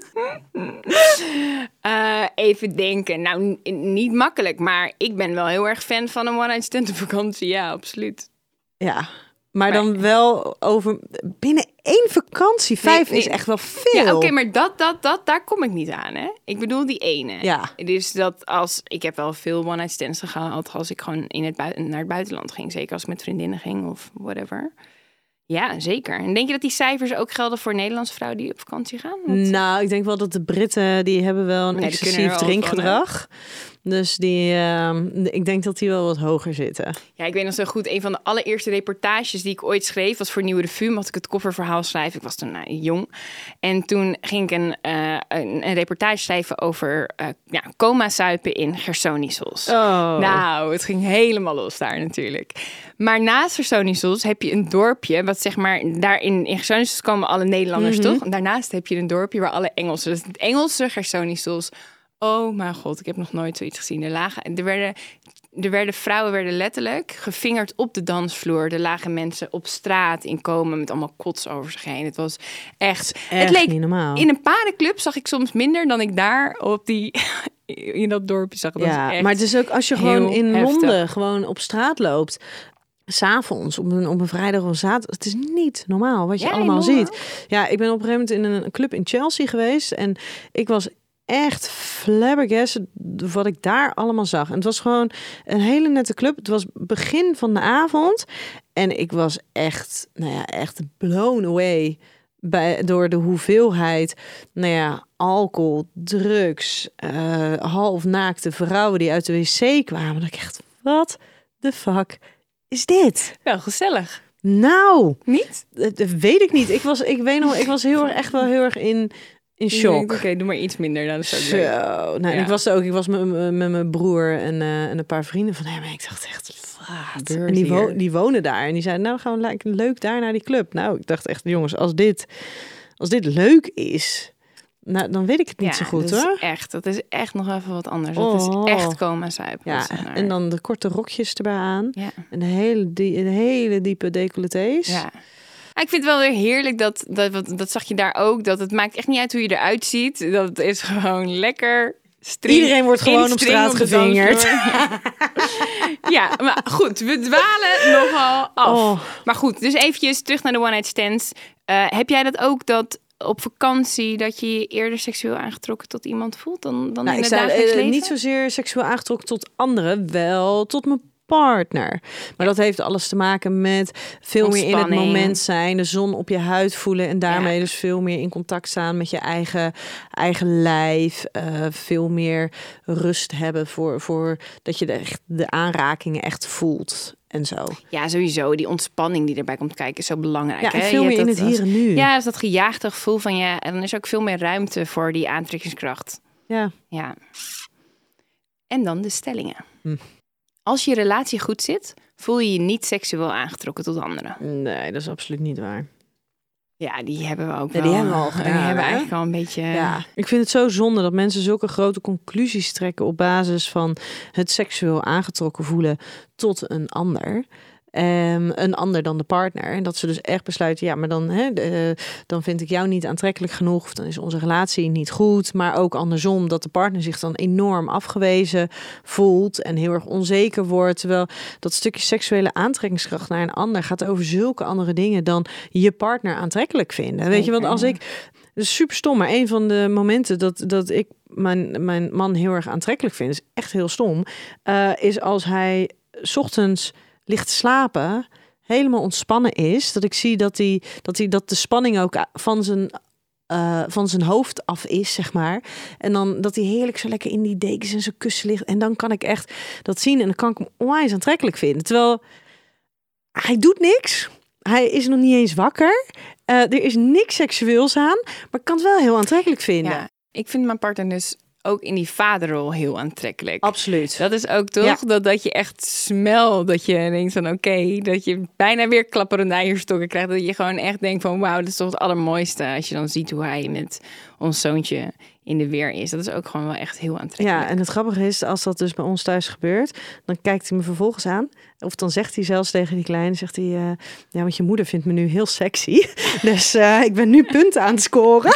Uh, even denken. Nou, n- niet makkelijk, maar ik ben wel heel erg fan van een one-night stand op vakantie. Ja, absoluut. Ja, maar dan wel over binnen één vakantie. Vijf nee, nee. is echt wel veel. Ja, oké, okay, maar dat, dat, dat, daar kom ik niet aan, hè? Ik bedoel die ene. Ja. Dus dat als... Ik heb wel veel one-night stands gehad als ik gewoon in het bui- naar het buitenland ging. Zeker als ik met vriendinnen ging of whatever. Ja, zeker. En denk je dat die cijfers ook gelden voor Nederlandse vrouwen die op vakantie gaan? Want... Nou, ik denk wel dat de Britten, die hebben wel een nee, excessief drinkgedrag. Dus die, uh, ik denk dat die wel wat hoger zitten. Ja, ik weet nog zo goed. Een van de allereerste reportages die ik ooit schreef was voor Nieuwe Revue. Mocht ik het kofferverhaal schrijven. Ik was toen nou, jong. En toen ging ik een, uh, een, een reportage schrijven over uh, ja, coma-suipen in Gersonisos. Oh. Nou, het ging helemaal los daar natuurlijk. Maar naast Gersonisos heb je een dorpje, wat zeg maar, daar in, in Gersonisos komen alle Nederlanders, mm-hmm. toch? En daarnaast heb je een dorpje waar alle Engelsen, dus het Engelse Gersonisos. Oh mijn god, ik heb nog nooit zoiets gezien. Er lagen, er werden, er werden vrouwen werden letterlijk gevingerd op de dansvloer. Er lagen mensen op straat in coma met allemaal kots over zich heen. Het was echt, echt het leek niet normaal. In een paardenclub zag ik soms minder dan ik daar op die in dat dorpje zag. Dat ja, echt maar het is ook als je gewoon in heftig. Londen gewoon op straat loopt. 'S'avonds, op een, op een vrijdag of een zaterdag. Het is niet normaal wat je ja, allemaal ziet. Ja, ik ben op een gegeven moment in een club in Chelsea geweest. En ik was echt flabbergasted wat ik daar allemaal zag. En het was gewoon een hele nette club. Het was begin van de avond. En ik was echt, nou ja, echt blown away bij, door de hoeveelheid, nou ja, alcohol, drugs, uh, halfnaakte vrouwen die uit de wc kwamen. Dat ik echt, wat de fuck is dit? Wel gezellig. Nou, niet? Dat, dat weet ik niet. Ik was, ik weet nog, ik was heel erg, echt wel heel erg in, in shock. Oké, okay, doe maar iets minder. Dan is het Zo, nou, ja. Ik was ook, ik was met, met mijn broer en, uh, en een paar vrienden van hem. En ik dacht echt, wat? En die, wo- die wonen daar en die zeiden, nou gaan we leuk, leuk daar naar die club. Nou, ik dacht echt, jongens, als dit, als dit leuk is. Nou, dan weet ik het niet ja, zo goed, dat hoor. Is echt, dat is echt nog even wat anders. Oh. Dat is echt coma-zuipen. Ja, en dan de korte rokjes erbij aan. Ja. En de hele, die, de hele diepe decolletés. Ja. Ik vind het wel weer heerlijk, dat, dat, dat zag je daar ook. Dat het maakt echt niet uit hoe je eruit ziet. Dat is gewoon lekker... String, Iedereen wordt gewoon op straat op gevingerd. Ja, maar goed, we dwalen nogal af. Oh. Maar goed, dus eventjes terug naar de one-night stands. Uh, heb jij dat ook, dat op vakantie, dat je je eerder seksueel aangetrokken tot iemand voelt dan, dan nou, in ik het dagelijks uh, leven? Niet zozeer seksueel aangetrokken tot anderen, wel tot mijn partner. Maar dat heeft alles te maken met veel meer in het moment zijn, de zon op je huid voelen en daarmee ja. dus veel meer in contact staan met je eigen, eigen lijf. Uh, veel meer rust hebben voor, voor dat je de, de aanrakingen echt voelt. En zo. Ja, sowieso. Die ontspanning die erbij komt kijken is zo belangrijk. Ja, en hè? veel je meer in dat, het hier en nu. Ja, dus dat gejaagde gevoel van je. En dan is ook veel meer ruimte voor die aantrekkingskracht. Ja. Ja. En dan de stellingen. Hm. Als je relatie goed zit, voel je je niet seksueel aangetrokken tot anderen. Nee, dat is absoluut niet waar. Ja, die hebben we ook ja, wel. Die hebben we al gedaan. Die hebben we hè? eigenlijk al een beetje... Ja, ik vind het zo zonde dat mensen zulke grote conclusies trekken op basis van het seksueel aangetrokken voelen tot een ander. Um, een ander dan de partner. En dat ze dus echt besluiten, ja, maar dan, hè, de, dan vind ik jou niet aantrekkelijk genoeg. Of dan is onze relatie niet goed. Maar ook andersom, dat de partner zich dan enorm afgewezen voelt en heel erg onzeker wordt. Terwijl dat stukje seksuele aantrekkingskracht naar een ander gaat over zulke andere dingen dan je partner aantrekkelijk vinden. Zeker. Weet je, want als ik... Dat is super stom, maar een van de momenten dat, dat ik mijn, mijn man heel erg aantrekkelijk vind, is echt heel stom, uh, is als hij 's ochtends ligt te slapen, helemaal ontspannen is, dat ik zie dat hij dat, hij, dat de spanning ook van zijn, uh, van zijn hoofd af is, zeg maar. En dan dat hij heerlijk zo lekker in die dekens en zijn kussen ligt. En dan kan ik echt dat zien en dan kan ik hem onwijs aantrekkelijk vinden. Terwijl hij doet niks. Hij is nog niet eens wakker. Uh, er is niks seksueels aan, maar ik kan het wel heel aantrekkelijk vinden. Ja, ik vind mijn partner dus ook in die vaderrol heel aantrekkelijk. Absoluut. Dat is ook toch, ja. dat, dat je echt smelt, dat je denkt van oké, okay, dat je bijna weer klapperende eierstokken krijgt. Dat je gewoon echt denkt van wauw, dat is toch het allermooiste als je dan ziet hoe hij met ons zoontje in de weer is. Dat is ook gewoon wel echt heel aantrekkelijk. Ja, en het grappige is, als dat dus bij ons thuis gebeurt, dan kijkt hij me vervolgens aan. Of dan zegt hij zelfs tegen die kleine, zegt hij, uh, ja, want je moeder vindt me nu heel sexy. Dus uh, ik ben nu punten aan het scoren.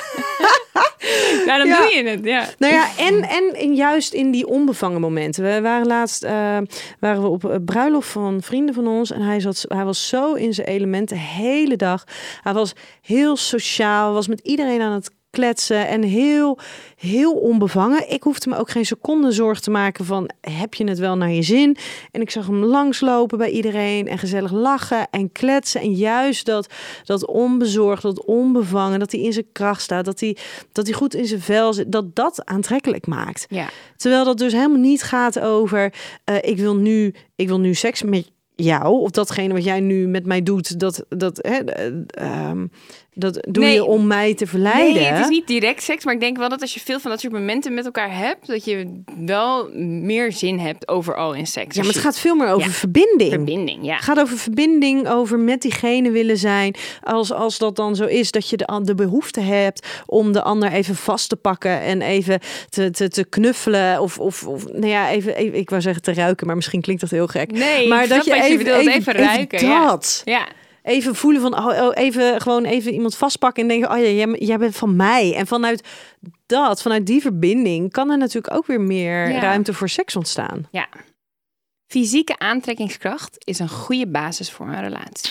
Nou, dan ja. doe je het, ja. Nou ja, en, en, en juist in die onbevangen momenten. We waren laatst uh, waren we op een bruiloft van vrienden van ons. En hij, zat, hij was zo in zijn element de hele dag. Hij was heel sociaal, was met iedereen aan het kletsen en heel, heel onbevangen. Ik hoefde me ook geen seconde zorgen te maken van, heb je het wel naar je zin? En ik zag hem langslopen bij iedereen en gezellig lachen en kletsen. En juist dat, dat onbezorgd, dat onbevangen, dat hij in zijn kracht staat, dat hij, dat hij goed in zijn vel zit, dat dat aantrekkelijk maakt. Ja. Terwijl dat dus helemaal niet gaat over, uh, ik wil nu, ik wil nu seks met jou, of datgene wat jij nu met mij doet, dat, dat, hè, uh, um, dat doe nee, je om mij te verleiden. Nee, het is niet direct seks, maar ik denk wel dat als je veel van dat soort momenten met elkaar hebt, dat je wel meer zin hebt overal in seks. Ja, maar het gaat veel meer over ja. verbinding. Verbinding, ja. Het gaat over verbinding, over met diegene willen zijn. Als, als dat dan zo is, dat je de, de behoefte hebt om de ander even vast te pakken en even te, te, te knuffelen of, of, of nou ja, even, even, ik wou zeggen te ruiken, maar misschien klinkt dat heel gek. Nee, maar dat je even, je bedoelt, even, even ruiken. Even dat. Ja. ja. Even voelen van, oh, oh, even gewoon even iemand vastpakken en denken, oh ja, jij, jij bent van mij. En vanuit dat, vanuit die verbinding, kan er natuurlijk ook weer meer ja. ruimte voor seks ontstaan. Ja. Fysieke aantrekkingskracht is een goede basis voor een relatie.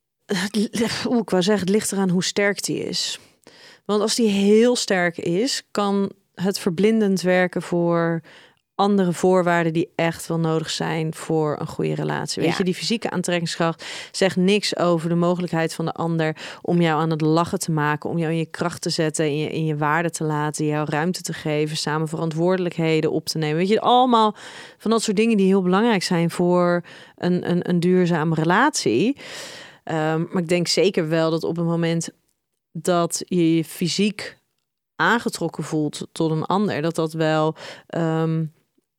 Oeh, ik wou zeggen, het ligt eraan hoe sterk die is. Want als die heel sterk is, kan het verblindend werken voor andere voorwaarden die echt wel nodig zijn voor een goede relatie. Weet ja. je, die fysieke aantrekkingskracht zegt niks over de mogelijkheid van de ander om jou aan het lachen te maken, om jou in je kracht te zetten, in je, in je waarde te laten, jou ruimte te geven, samen verantwoordelijkheden op te nemen. Weet je, allemaal van dat soort dingen die heel belangrijk zijn voor een, een, een duurzame relatie. Um, maar ik denk zeker wel dat op het moment dat je je fysiek aangetrokken voelt tot een ander, dat dat wel um,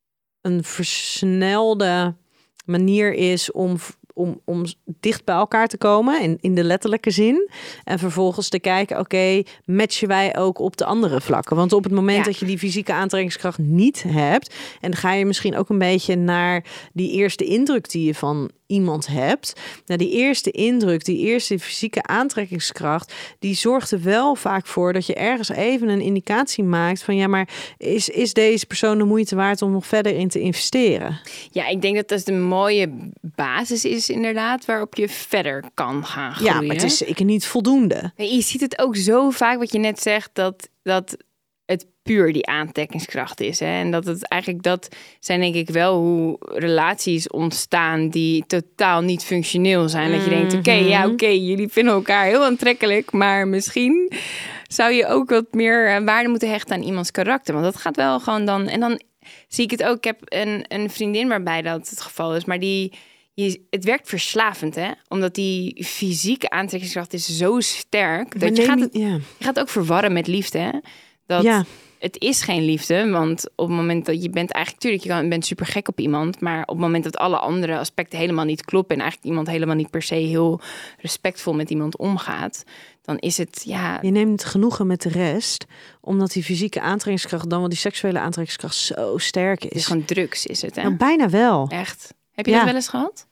een versnelde manier is om, om, om dicht bij elkaar te komen, in, in de letterlijke zin. En vervolgens te kijken, oké, okay, matchen wij ook op de andere vlakken? Want op het moment ja. dat je die fysieke aantrekkingskracht niet hebt, en dan ga je misschien ook een beetje naar die eerste indruk die je van iemand hebt. Nou, die eerste indruk, die eerste fysieke aantrekkingskracht, die zorgt er wel vaak voor dat je ergens even een indicatie maakt van ja, maar is, is deze persoon de moeite waard om nog verder in te investeren? Ja, ik denk dat dat de mooie basis is inderdaad waarop je verder kan gaan groeien. Ja, maar het is zeker niet voldoende. Je ziet het ook zo vaak wat je net zegt, dat, dat het puur die aantrekkingskracht is. Hè? En dat het eigenlijk, dat zijn denk ik wel hoe relaties ontstaan die totaal niet functioneel zijn. Mm-hmm. Dat je denkt, oké, okay, ja, oké, okay, jullie vinden elkaar heel aantrekkelijk, maar misschien zou je ook wat meer waarde moeten hechten aan iemands karakter. Want dat gaat wel gewoon dan, en dan zie ik het ook, ik heb een, een vriendin waarbij dat het geval is, maar die, je, het werkt verslavend, hè? Omdat die fysieke aantrekkingskracht is zo sterk, dat je gaat, het, ja. je gaat het ook verwarren met liefde, hè? Dat ja. Het is geen liefde, want op het moment dat je bent eigenlijk, tuurlijk, je, kan, je bent super gek op iemand, maar op het moment dat alle andere aspecten helemaal niet kloppen en eigenlijk iemand helemaal niet per se heel respectvol met iemand omgaat, dan is het, ja... Je neemt genoegen met de rest, omdat die fysieke aantrekkingskracht, dan wel die seksuele aantrekkingskracht zo sterk is. Het is gewoon drugs, is het, hè? Nou, bijna wel. Echt. Heb je ja. dat wel eens gehad?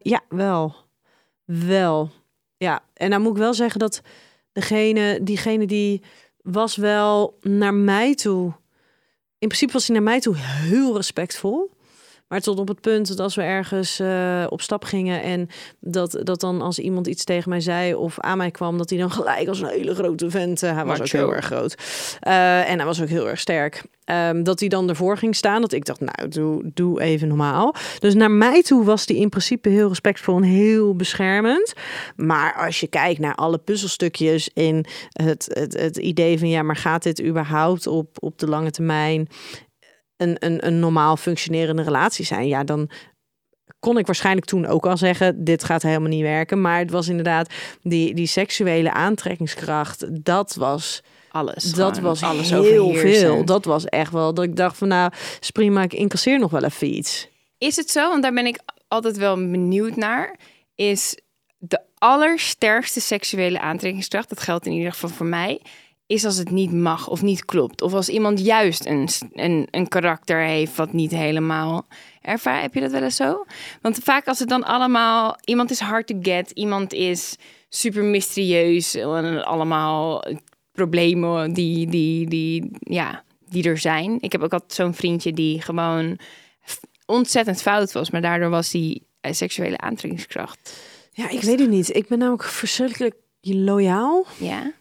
Ja, wel. Wel. Ja, en dan moet ik wel zeggen dat degene, diegene die was wel naar mij toe. In principe was hij naar mij toe heel respectvol. Maar tot op het punt dat als we ergens uh, op stap gingen en dat, dat dan als iemand iets tegen mij zei of aan mij kwam, dat hij dan gelijk als een hele grote vent, uh, hij was Macho. ook heel erg groot. Uh, en hij was ook heel erg sterk. Um, dat hij dan ervoor ging staan, dat ik dacht, nou, doe, doe even normaal. Dus naar mij toe was hij in principe heel respectvol en heel beschermend. Maar als je kijkt naar alle puzzelstukjes in het, het, het idee van, ja, maar gaat dit überhaupt op, op de lange termijn Een, een, een normaal functionerende relatie zijn, ja, dan kon ik waarschijnlijk toen ook al zeggen, dit gaat helemaal niet werken. Maar het was inderdaad die, die seksuele aantrekkingskracht, dat was alles. Dat was alles heel veel. Dat was echt wel dat ik dacht van, nou, is prima, ik incasseer nog wel even iets. Is het zo? Want daar ben ik altijd wel benieuwd naar. Is de allersterkste seksuele aantrekkingskracht, dat geldt in ieder geval voor mij, is als het niet mag of niet klopt. Of als iemand juist een, een, een karakter heeft wat niet helemaal ervaar. Heb je dat wel eens zo? Want vaak als het dan allemaal, iemand is hard to get, iemand is super mysterieus, en allemaal problemen die, die, die, ja, die er zijn. Ik heb ook altijd zo'n vriendje die gewoon ontzettend fout was, maar daardoor was die seksuele aantrekkingskracht. Ja, ik weet het niet. Ik ben namelijk verschrikkelijk loyaal. Ja.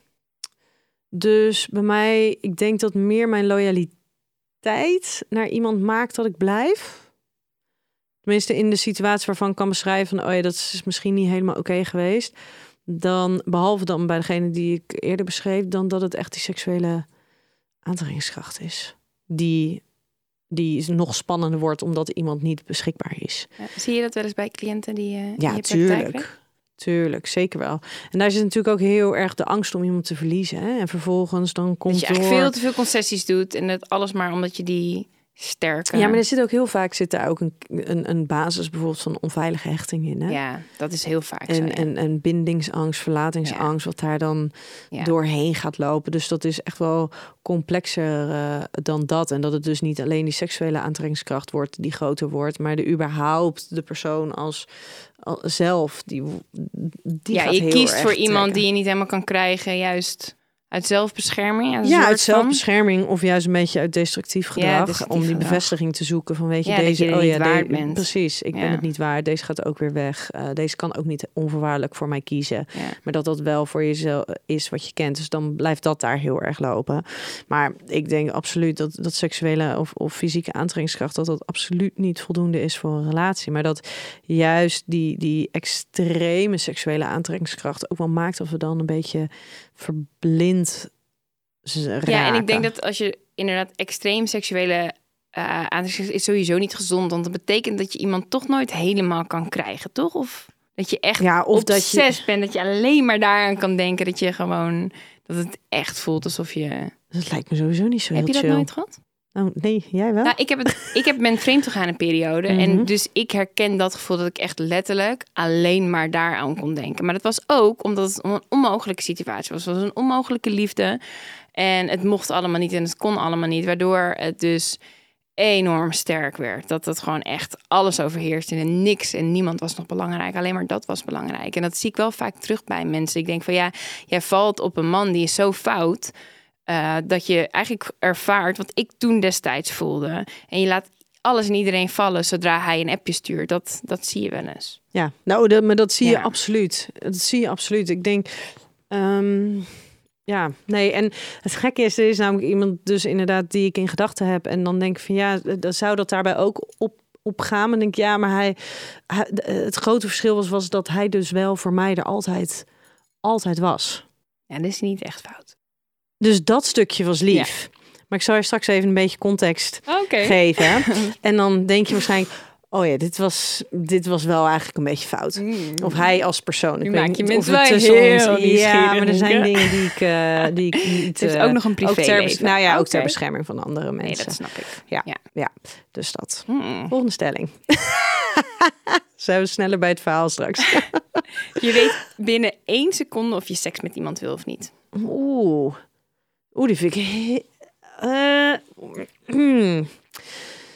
Dus bij mij, ik denk dat meer mijn loyaliteit naar iemand maakt dat ik blijf. Tenminste in de situatie waarvan ik kan beschrijven van, oh ja, dat is misschien niet helemaal oké okay geweest. Dan, behalve dan bij degene die ik eerder beschreef, dan dat het echt die seksuele aantrekkingskracht is. Die, die nog spannender wordt omdat iemand niet beschikbaar is. Ja, zie je dat wel eens bij cliënten die uh, ja, je tuurlijk. Tuurlijk, zeker wel. En daar zit natuurlijk ook heel erg de angst om iemand te verliezen. Hè? En vervolgens dan komt dat je door... veel te veel concessies doet en dat alles maar omdat je die sterke... Ja, maar er zit ook heel vaak zit daar ook een, een, een basis bijvoorbeeld van onveilige hechting in. Hè? Ja, dat is heel vaak en, zo. Ja. En, en bindingsangst, verlatingsangst, ja. wat daar dan ja. doorheen gaat lopen. Dus dat is echt wel complexer uh, dan dat. En dat het dus niet alleen die seksuele aantrekkingskracht wordt die groter wordt, maar de überhaupt de persoon als... zelf, die, die ja, gaat je heel kiest erg voor iemand trekken. die je niet helemaal kan krijgen, juist uit zelfbescherming. Uit ja, uit zelfbescherming of juist een beetje uit destructief gedrag, ja, destructief om die gedrag. bevestiging te zoeken van weet je, ja, deze, je oh ja, waard de, bent. precies, ik ja. ben het niet waard, deze gaat ook weer weg, uh, deze kan ook niet onvoorwaardelijk voor mij kiezen, ja. maar dat dat wel voor jezelf is wat je kent, dus dan blijft dat daar heel erg lopen. Maar ik denk absoluut dat, dat seksuele of, of fysieke aantrekkingskracht, dat dat absoluut niet voldoende is voor een relatie, maar dat juist die, die extreme seksuele aantrekkingskracht ook wel maakt dat we dan een beetje verblind raken. Ja, en ik denk dat als je inderdaad extreem seksuele uh, aantrekkingskracht is sowieso niet gezond, want dat betekent dat je iemand toch nooit helemaal kan krijgen, toch? Of dat je echt ja, of obsessief dat je... bent, dat je alleen maar daaraan kan denken, dat je gewoon, dat het echt voelt alsof je... Dat lijkt me sowieso niet zo Heb heel je dat chill. nooit gehad? Oh, nee, jij wel? Nou, ik heb het. Ik heb mijn vreemd gegaan een periode. Mm-hmm. En dus ik herken dat gevoel dat ik echt letterlijk alleen maar daaraan kon denken. Maar dat was ook omdat het een onmogelijke situatie was. Het was een onmogelijke liefde. En het mocht allemaal niet en het kon allemaal niet. Waardoor het dus enorm sterk werd. Dat het gewoon echt alles overheerste en niks en niemand was nog belangrijk. Alleen maar dat was belangrijk. En dat zie ik wel vaak terug bij mensen. Ik denk van ja, jij valt op een man die is zo fout... Uh, dat je eigenlijk ervaart wat ik toen destijds voelde. En je laat alles en iedereen vallen zodra hij een appje stuurt. Dat, dat zie je wel eens. Ja, nou, dat, maar dat zie je ja. absoluut. Dat zie je absoluut. Ik denk, um, ja, nee. En het gekke is, er is namelijk iemand dus inderdaad die ik in gedachten heb. En dan denk ik van ja, dan zou dat daarbij ook op, op gaan. En denk ik, ja, maar hij, hij, het grote verschil was, was dat hij dus wel voor mij er altijd, altijd was. Ja, dat is niet echt fout. Dus dat stukje was lief. Ja. Maar ik zal je straks even een beetje context okay. geven. Hè? En dan denk je waarschijnlijk... oh ja, dit was, dit was wel eigenlijk een beetje fout. Mm. Of hij als persoon. Nu ik maak weet je niet mensen of het wel heel ons, ja, maar er zijn dingen die ik, uh, die ik niet... Het is ook nog een privéleven. Nou ja, ook okay. ter bescherming van andere mensen. Nee, dat snap ik. Ja, ja. ja dus dat. Mm. Volgende stelling. Zijn we sneller bij het verhaal straks. Je weet binnen één seconde of je seks met iemand wil of niet. Oeh. Oeh, die vind ik... Uh, hmm.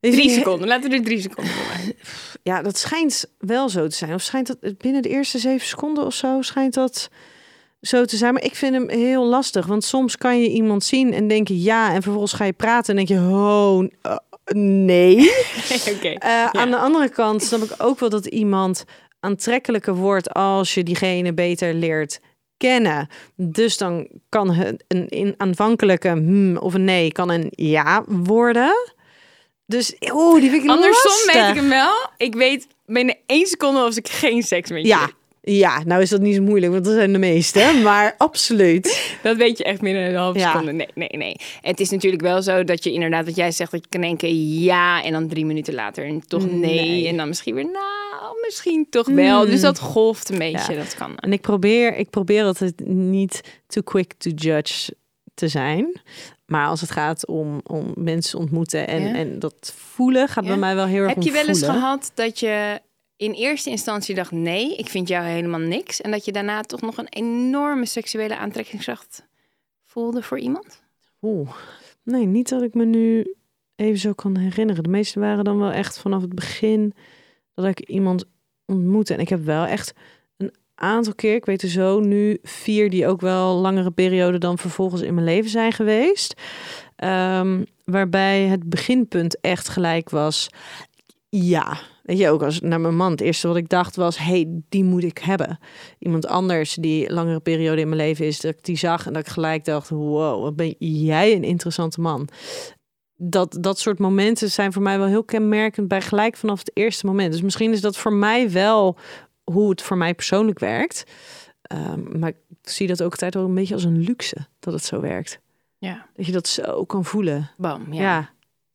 Drie seconden, laten we er drie seconden voor. Ja, dat schijnt wel zo te zijn. Of schijnt dat binnen de eerste zeven seconden of zo schijnt dat zo te zijn. Maar ik vind hem heel lastig. Want soms kan je iemand zien en denken ja. En vervolgens ga je praten en denk je, oh, uh, nee. okay, uh, ja. Aan de andere kant snap ik ook wel dat iemand aantrekkelijker wordt als je diegene beter leert kennen. Dus dan kan het een, een aanvankelijke hmm of een nee kan een ja worden. Dus oh, die vind ik Andersom lastig. weet ik hem wel. Ik weet binnen één seconde of ik geen seks met je Ja, heb. ja, nou is dat niet zo moeilijk, want dat zijn de meeste. Maar absoluut. Dat weet je echt binnen een halve Ja. seconde. Nee, nee, nee. Het is natuurlijk wel zo dat je inderdaad, wat jij zegt, dat je kan denken ja en dan drie minuten later en toch nee. Nee. En dan misschien weer nou, misschien toch wel. Mm. Dus dat golft een beetje. Ja. Dat kan. En ik probeer, ik probeer altijd niet too quick to judge te zijn. Maar als het gaat om, om mensen ontmoeten en, Ja. en dat voelen, gaat Ja. bij mij wel heel erg Heb om je wel eens voelen. gehad dat je in eerste instantie dacht nee, ik vind jou helemaal niks. En dat je daarna toch nog een enorme seksuele aantrekkingskracht voelde voor iemand? Oeh. Nee, niet dat ik me nu even zo kan herinneren. De meeste waren dan wel echt vanaf het begin dat ik iemand ontmoette. En ik heb wel echt een aantal keer, ik weet er zo nu vier die ook wel langere perioden dan vervolgens in mijn leven zijn geweest. Um, waarbij het beginpunt echt gelijk was. Ja, weet je, ook als naar mijn man. Het eerste wat ik dacht was, hey, die moet ik hebben. Iemand anders die langere periode in mijn leven is, dat ik die zag en dat ik gelijk dacht, wow, wat ben jij een interessante man. Dat, dat soort momenten zijn voor mij wel heel kenmerkend bij gelijk vanaf het eerste moment. Dus misschien is dat voor mij wel hoe het voor mij persoonlijk werkt. Um, maar ik zie dat ook altijd wel een beetje als een luxe, dat het zo werkt. Ja. Dat je dat zo kan voelen. Bam, ja. Ja.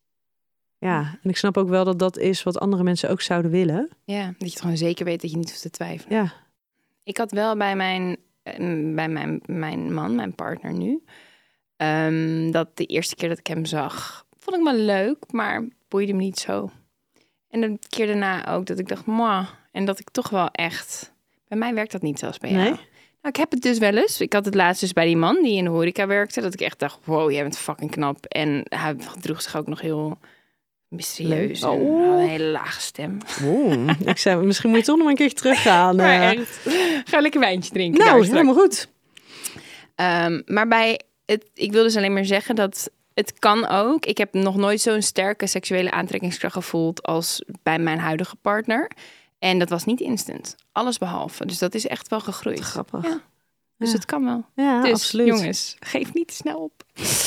Ja, en ik snap ook wel dat dat is wat andere mensen ook zouden willen. Ja, dat je het gewoon zeker weet dat je niet hoeft te twijfelen. Ja. Ik had wel bij mijn, bij mijn, mijn man, mijn partner nu, um, dat de eerste keer dat ik hem zag, vond ik me leuk, maar boeide me niet zo. En de keer daarna ook dat ik dacht, mwah, en dat ik toch wel echt, bij mij werkt dat niet zoals bij jou. Nee? Nou, ik heb het dus wel eens. Ik had het laatst dus bij die man die in de horeca werkte, dat ik echt dacht, wow, jij bent fucking knap. En hij droeg zich ook nog heel mysterieus en Oh. had een hele lage stem. Oeh, ik zei, misschien moet je toch nog een keertje teruggaan. Maar Uh, echt, ga een lekker wijntje drinken. nou, daar straks. helemaal goed. Um, maar bij het, ik wil dus alleen maar zeggen dat het kan ook. Ik heb nog nooit zo'n sterke seksuele aantrekkingskracht gevoeld als bij mijn huidige partner. En dat was niet instant. Alles behalve. Dus dat is echt wel gegroeid. Grappig. Ja. Dus Ja. het kan wel. Ja, Dus absoluut. jongens, geef niet te snel op.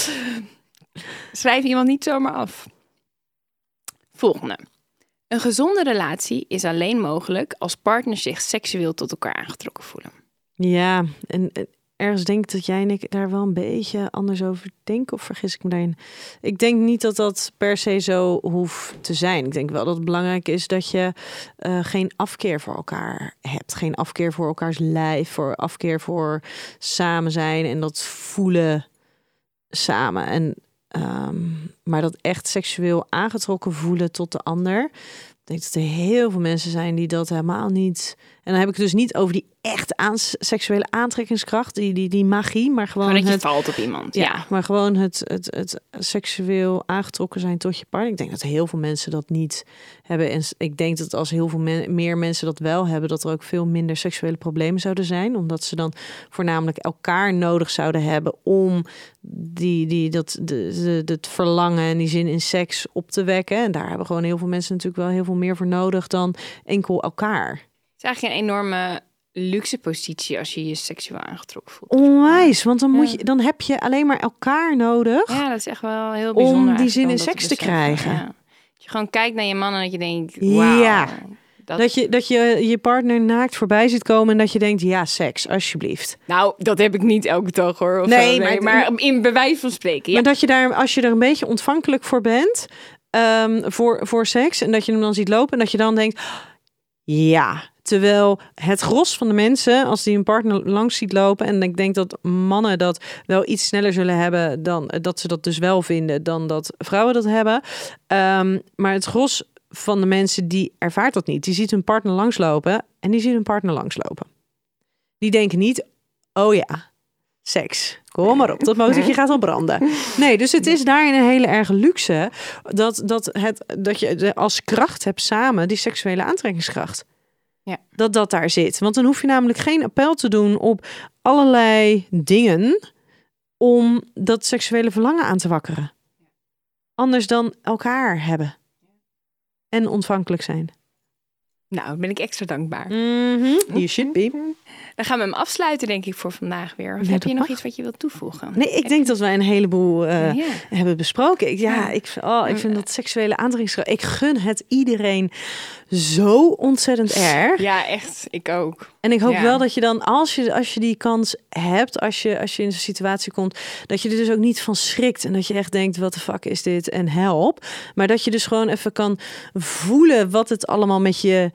Schrijf iemand niet zomaar af. Volgende. Een gezonde relatie is alleen mogelijk als partners zich seksueel tot elkaar aangetrokken voelen. Ja, en en ergens denk ik dat jij en ik daar wel een beetje anders over denken. Of vergis ik me daarin? Ik denk niet dat dat per se zo hoeft te zijn. Ik denk wel dat het belangrijk is dat je uh, geen afkeer voor elkaar hebt. Geen afkeer voor elkaars lijf, voor afkeer voor samen zijn en dat voelen samen. En, um, maar dat echt seksueel aangetrokken voelen tot de ander. Ik denk dat er heel veel mensen zijn die dat helemaal niet. En dan heb ik het dus niet over die echt aan, seksuele aantrekkingskracht, die, die, die magie, maar gewoon. Gewoon dat je het, valt op iemand. ja, Ja. maar gewoon het, het, het seksueel aangetrokken zijn tot je partner. Ik denk dat heel veel mensen dat niet hebben. En ik denk dat als heel veel men, meer mensen dat wel hebben, dat er ook veel minder seksuele problemen zouden zijn. Omdat ze dan voornamelijk elkaar nodig zouden hebben om die, die, dat, de, de, het verlangen en die zin in seks op te wekken. En daar hebben gewoon heel veel mensen natuurlijk wel heel veel meer voor nodig dan enkel elkaar. Het is eigenlijk een enorme luxe positie als je je seksueel aangetrokken voelt. Onwijs, want dan, moet Ja. je, dan heb je alleen maar elkaar nodig. Ja, dat is echt wel heel bijzonder. Om die zin in eigenlijk, seks dat te beseffen. krijgen. Ja. Dat je gewoon kijkt naar je man en dat je denkt, wauw. Ja. Dat... Dat je, dat je je partner naakt voorbij ziet komen en dat je denkt, ja, seks, alsjeblieft. Nou, dat heb ik niet elke dag hoor. Of Nee, zo. nee, maar- maar in bewijs van spreken. Ja. Maar dat je daar, als je er een beetje ontvankelijk voor bent, um, voor, voor seks, en dat je hem dan ziet lopen en dat je dan denkt, ja. Terwijl het gros van de mensen, als die een partner langs ziet lopen, en ik denk dat mannen dat wel iets sneller zullen hebben dan dat ze dat dus wel vinden dan dat vrouwen dat hebben. Um, maar het gros van de mensen die ervaart dat niet. Die ziet hun partner langslopen en die ziet hun partner langslopen. Die denken niet, oh ja, seks. Kom maar op, dat motortje gaat al branden. Nee, dus het is daarin een hele erg luxe dat, dat, het, dat je als kracht hebt samen die seksuele aantrekkingskracht. Ja. Dat dat daar zit. Want dan hoef je namelijk geen appel te doen op allerlei dingen om dat seksuele verlangen aan te wakkeren. Anders dan elkaar hebben. En ontvankelijk zijn. Nou, dan ben ik extra dankbaar. Mm-hmm. You should be. Dan gaan we hem afsluiten, denk ik, voor vandaag weer. Of Ja, heb je dat nog mag. iets wat je wilt toevoegen? Nee, ik denk dat wij een heleboel uh, Ja. hebben besproken. Ik, ja, Ja. ik, oh, ik vind dat seksuele aantrekkingskracht. Ik gun het iedereen zo ontzettend erg. Ja, echt. Ik ook. En ik hoop Ja. wel dat je dan, als je, als je die kans hebt, als je, als je in zo'n situatie komt, dat je er dus ook niet van schrikt. En dat je echt denkt, wat de fuck is dit? En help. Maar dat je dus gewoon even kan voelen wat het allemaal met je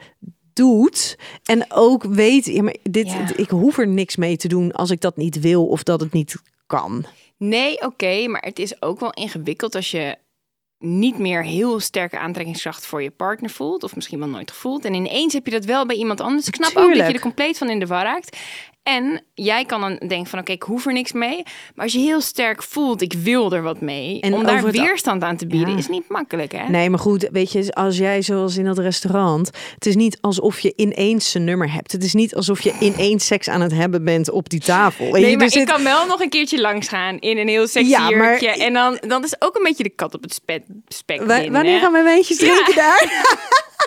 doet. En ook weet, ja, maar dit, Ja. ik hoef er niks mee te doen als ik dat niet wil of dat het niet kan. Nee, oké, okay, maar het is ook wel ingewikkeld als je niet meer heel sterke aantrekkingskracht voor je partner voelt. Of misschien wel nooit gevoeld. En ineens heb je dat wel bij iemand anders. Ik snap ook dat je er compleet van in de war raakt. En jij kan dan denken van oké, okay, ik hoef er niks mee. Maar als je heel sterk voelt, ik wil er wat mee. En om daar het... weerstand aan te bieden, ja. is niet makkelijk, hè? Nee, maar goed, weet je, als jij zoals in dat restaurant. Het is niet alsof je ineens een nummer hebt. Het is niet alsof je ineens seks aan het hebben bent op die tafel. Nee, je, maar dus ik het... kan wel nog een keertje langs gaan in een heel sexy ja, maar... jurkje. En dan, dan is ook een beetje de kat op het spek. spek Wa- in, wanneer hè? gaan wij wijntjes drinken ja. daar?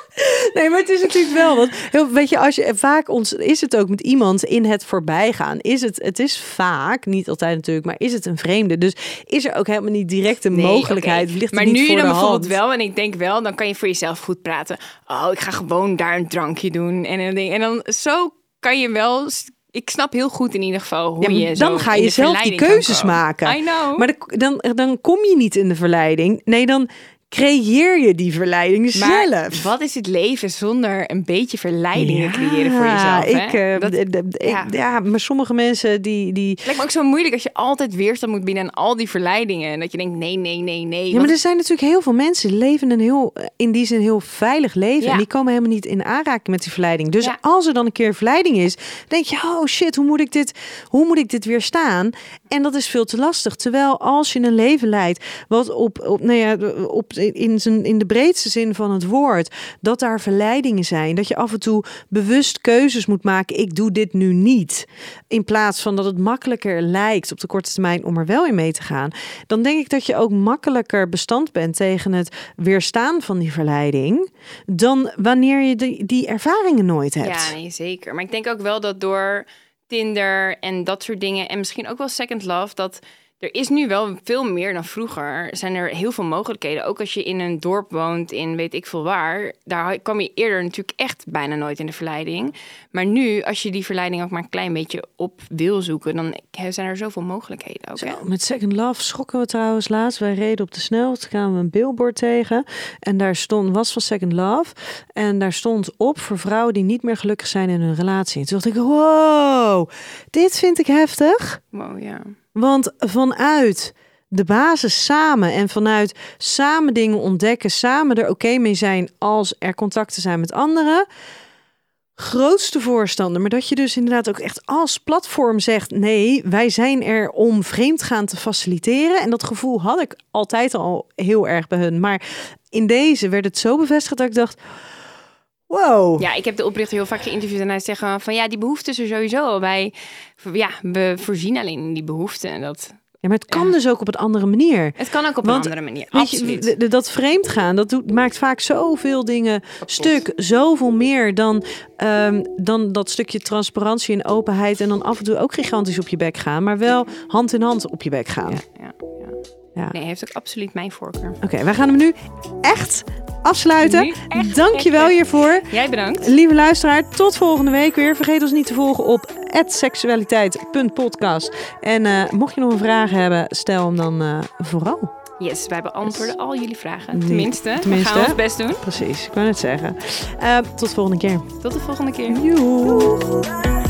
Nee, maar het is natuurlijk wel wat. Heel, weet je, als je vaak ons is het ook met iemand in het voorbijgaan. Is het, het is vaak, niet altijd natuurlijk, maar is het een vreemde. Dus is er ook helemaal niet direct een nee, mogelijkheid. Okay. Ligt maar niet nu voor dan de bijvoorbeeld hand. wel, en ik denk wel, dan kan je voor jezelf goed praten. Oh, ik ga gewoon daar een drankje doen en een ding. En dan zo kan je wel. Ik snap heel goed in ieder geval hoe ja, je zo dan ga je in de zelf die keuzes maken. I know. Maar dan, dan kom je niet in de verleiding. Nee, dan creëer je die verleiding maar zelf. Wat is het leven zonder een beetje verleidingen ja, creëren voor jezelf? Ik, hè? Uh, dat, d- d- d- ja. ja, maar sommige mensen die, die... Het lijkt me ook zo moeilijk als je altijd weerstand moet bieden aan al die verleidingen. En dat je denkt, nee, nee, nee, nee. Ja, want... maar er zijn natuurlijk heel veel mensen die leven een heel, in die zin heel veilig leven. Ja. En die komen helemaal niet in aanraking met die verleiding. Dus ja. als er dan een keer verleiding is, denk je, oh shit, hoe moet ik dit, hoe moet ik dit weerstaan? En dat is veel te lastig. Terwijl als je een leven leidt, wat op, op, nou ja, op in, zijn, in de breedste zin van het woord, dat daar verleidingen zijn. Dat je af en toe bewust keuzes moet maken. Ik doe dit nu niet. In plaats van dat het makkelijker lijkt op de korte termijn om er wel in mee te gaan. Dan denk ik dat je ook makkelijker bestand bent tegen het weerstaan van die verleiding. Dan wanneer je die, die ervaringen nooit hebt. Ja, nee, zeker. Maar ik denk ook wel dat door Tinder en dat soort dingen en misschien ook wel Second Love, dat er is nu wel veel meer dan vroeger. Zijn er heel veel mogelijkheden. Ook als je in een dorp woont, in weet ik veel waar. Daar kwam je eerder natuurlijk echt bijna nooit in de verleiding. Maar nu, als je die verleiding ook maar een klein beetje op wil zoeken, dan zijn er zoveel mogelijkheden ook. Zo, hè? met Second Love schrokken we trouwens laatst. Wij reden op de snelweg, kwamen we een billboard tegen. En daar stond, was van Second Love. En daar stond op voor vrouwen die niet meer gelukkig zijn in hun relatie. En toen dacht ik, wow, dit vind ik heftig. Wow, ja. Want vanuit de basis samen en vanuit samen dingen ontdekken, samen er oké okay mee zijn als er contacten zijn met anderen, grootste voorstander. Maar dat je dus inderdaad ook echt als platform zegt, nee, wij zijn er om vreemdgaan te faciliteren. En dat gevoel had ik altijd al heel erg bij hun. Maar in deze werd het zo bevestigd dat ik dacht, wow. Ja, ik heb de oprichter heel vaak geïnterviewd en hij zegt van ja, die behoefte is er sowieso al bij. Ja, we voorzien alleen in die behoeften en dat. Ja, maar het kan ja. dus ook op een andere manier. Het kan ook op Want, een andere manier, weet absoluut. Je, dat vreemdgaan, dat doet, maakt vaak zoveel dingen Kapot. stuk. Zoveel meer dan, um, dan dat stukje transparantie en openheid. En dan af en toe ook gigantisch op je bek gaan. Maar wel hand in hand op je bek gaan. Ja, ja, ja. Ja. Nee, heeft ook absoluut mijn voorkeur. Oké, okay, wij gaan hem nu echt afsluiten. Nu echt, Dank je wel echt. hiervoor. Jij bedankt. Lieve luisteraar, tot volgende week weer. Vergeet ons niet te volgen op at seksualiteit punt podcast. En uh, mocht je nog een vraag hebben, stel hem dan uh, vooral. Yes, wij beantwoorden al jullie vragen. Nee, Tenminste, tenminste, we gaan ons best doen. Precies, ik wou net zeggen. Uh, tot de volgende keer. Tot de volgende keer. Joe.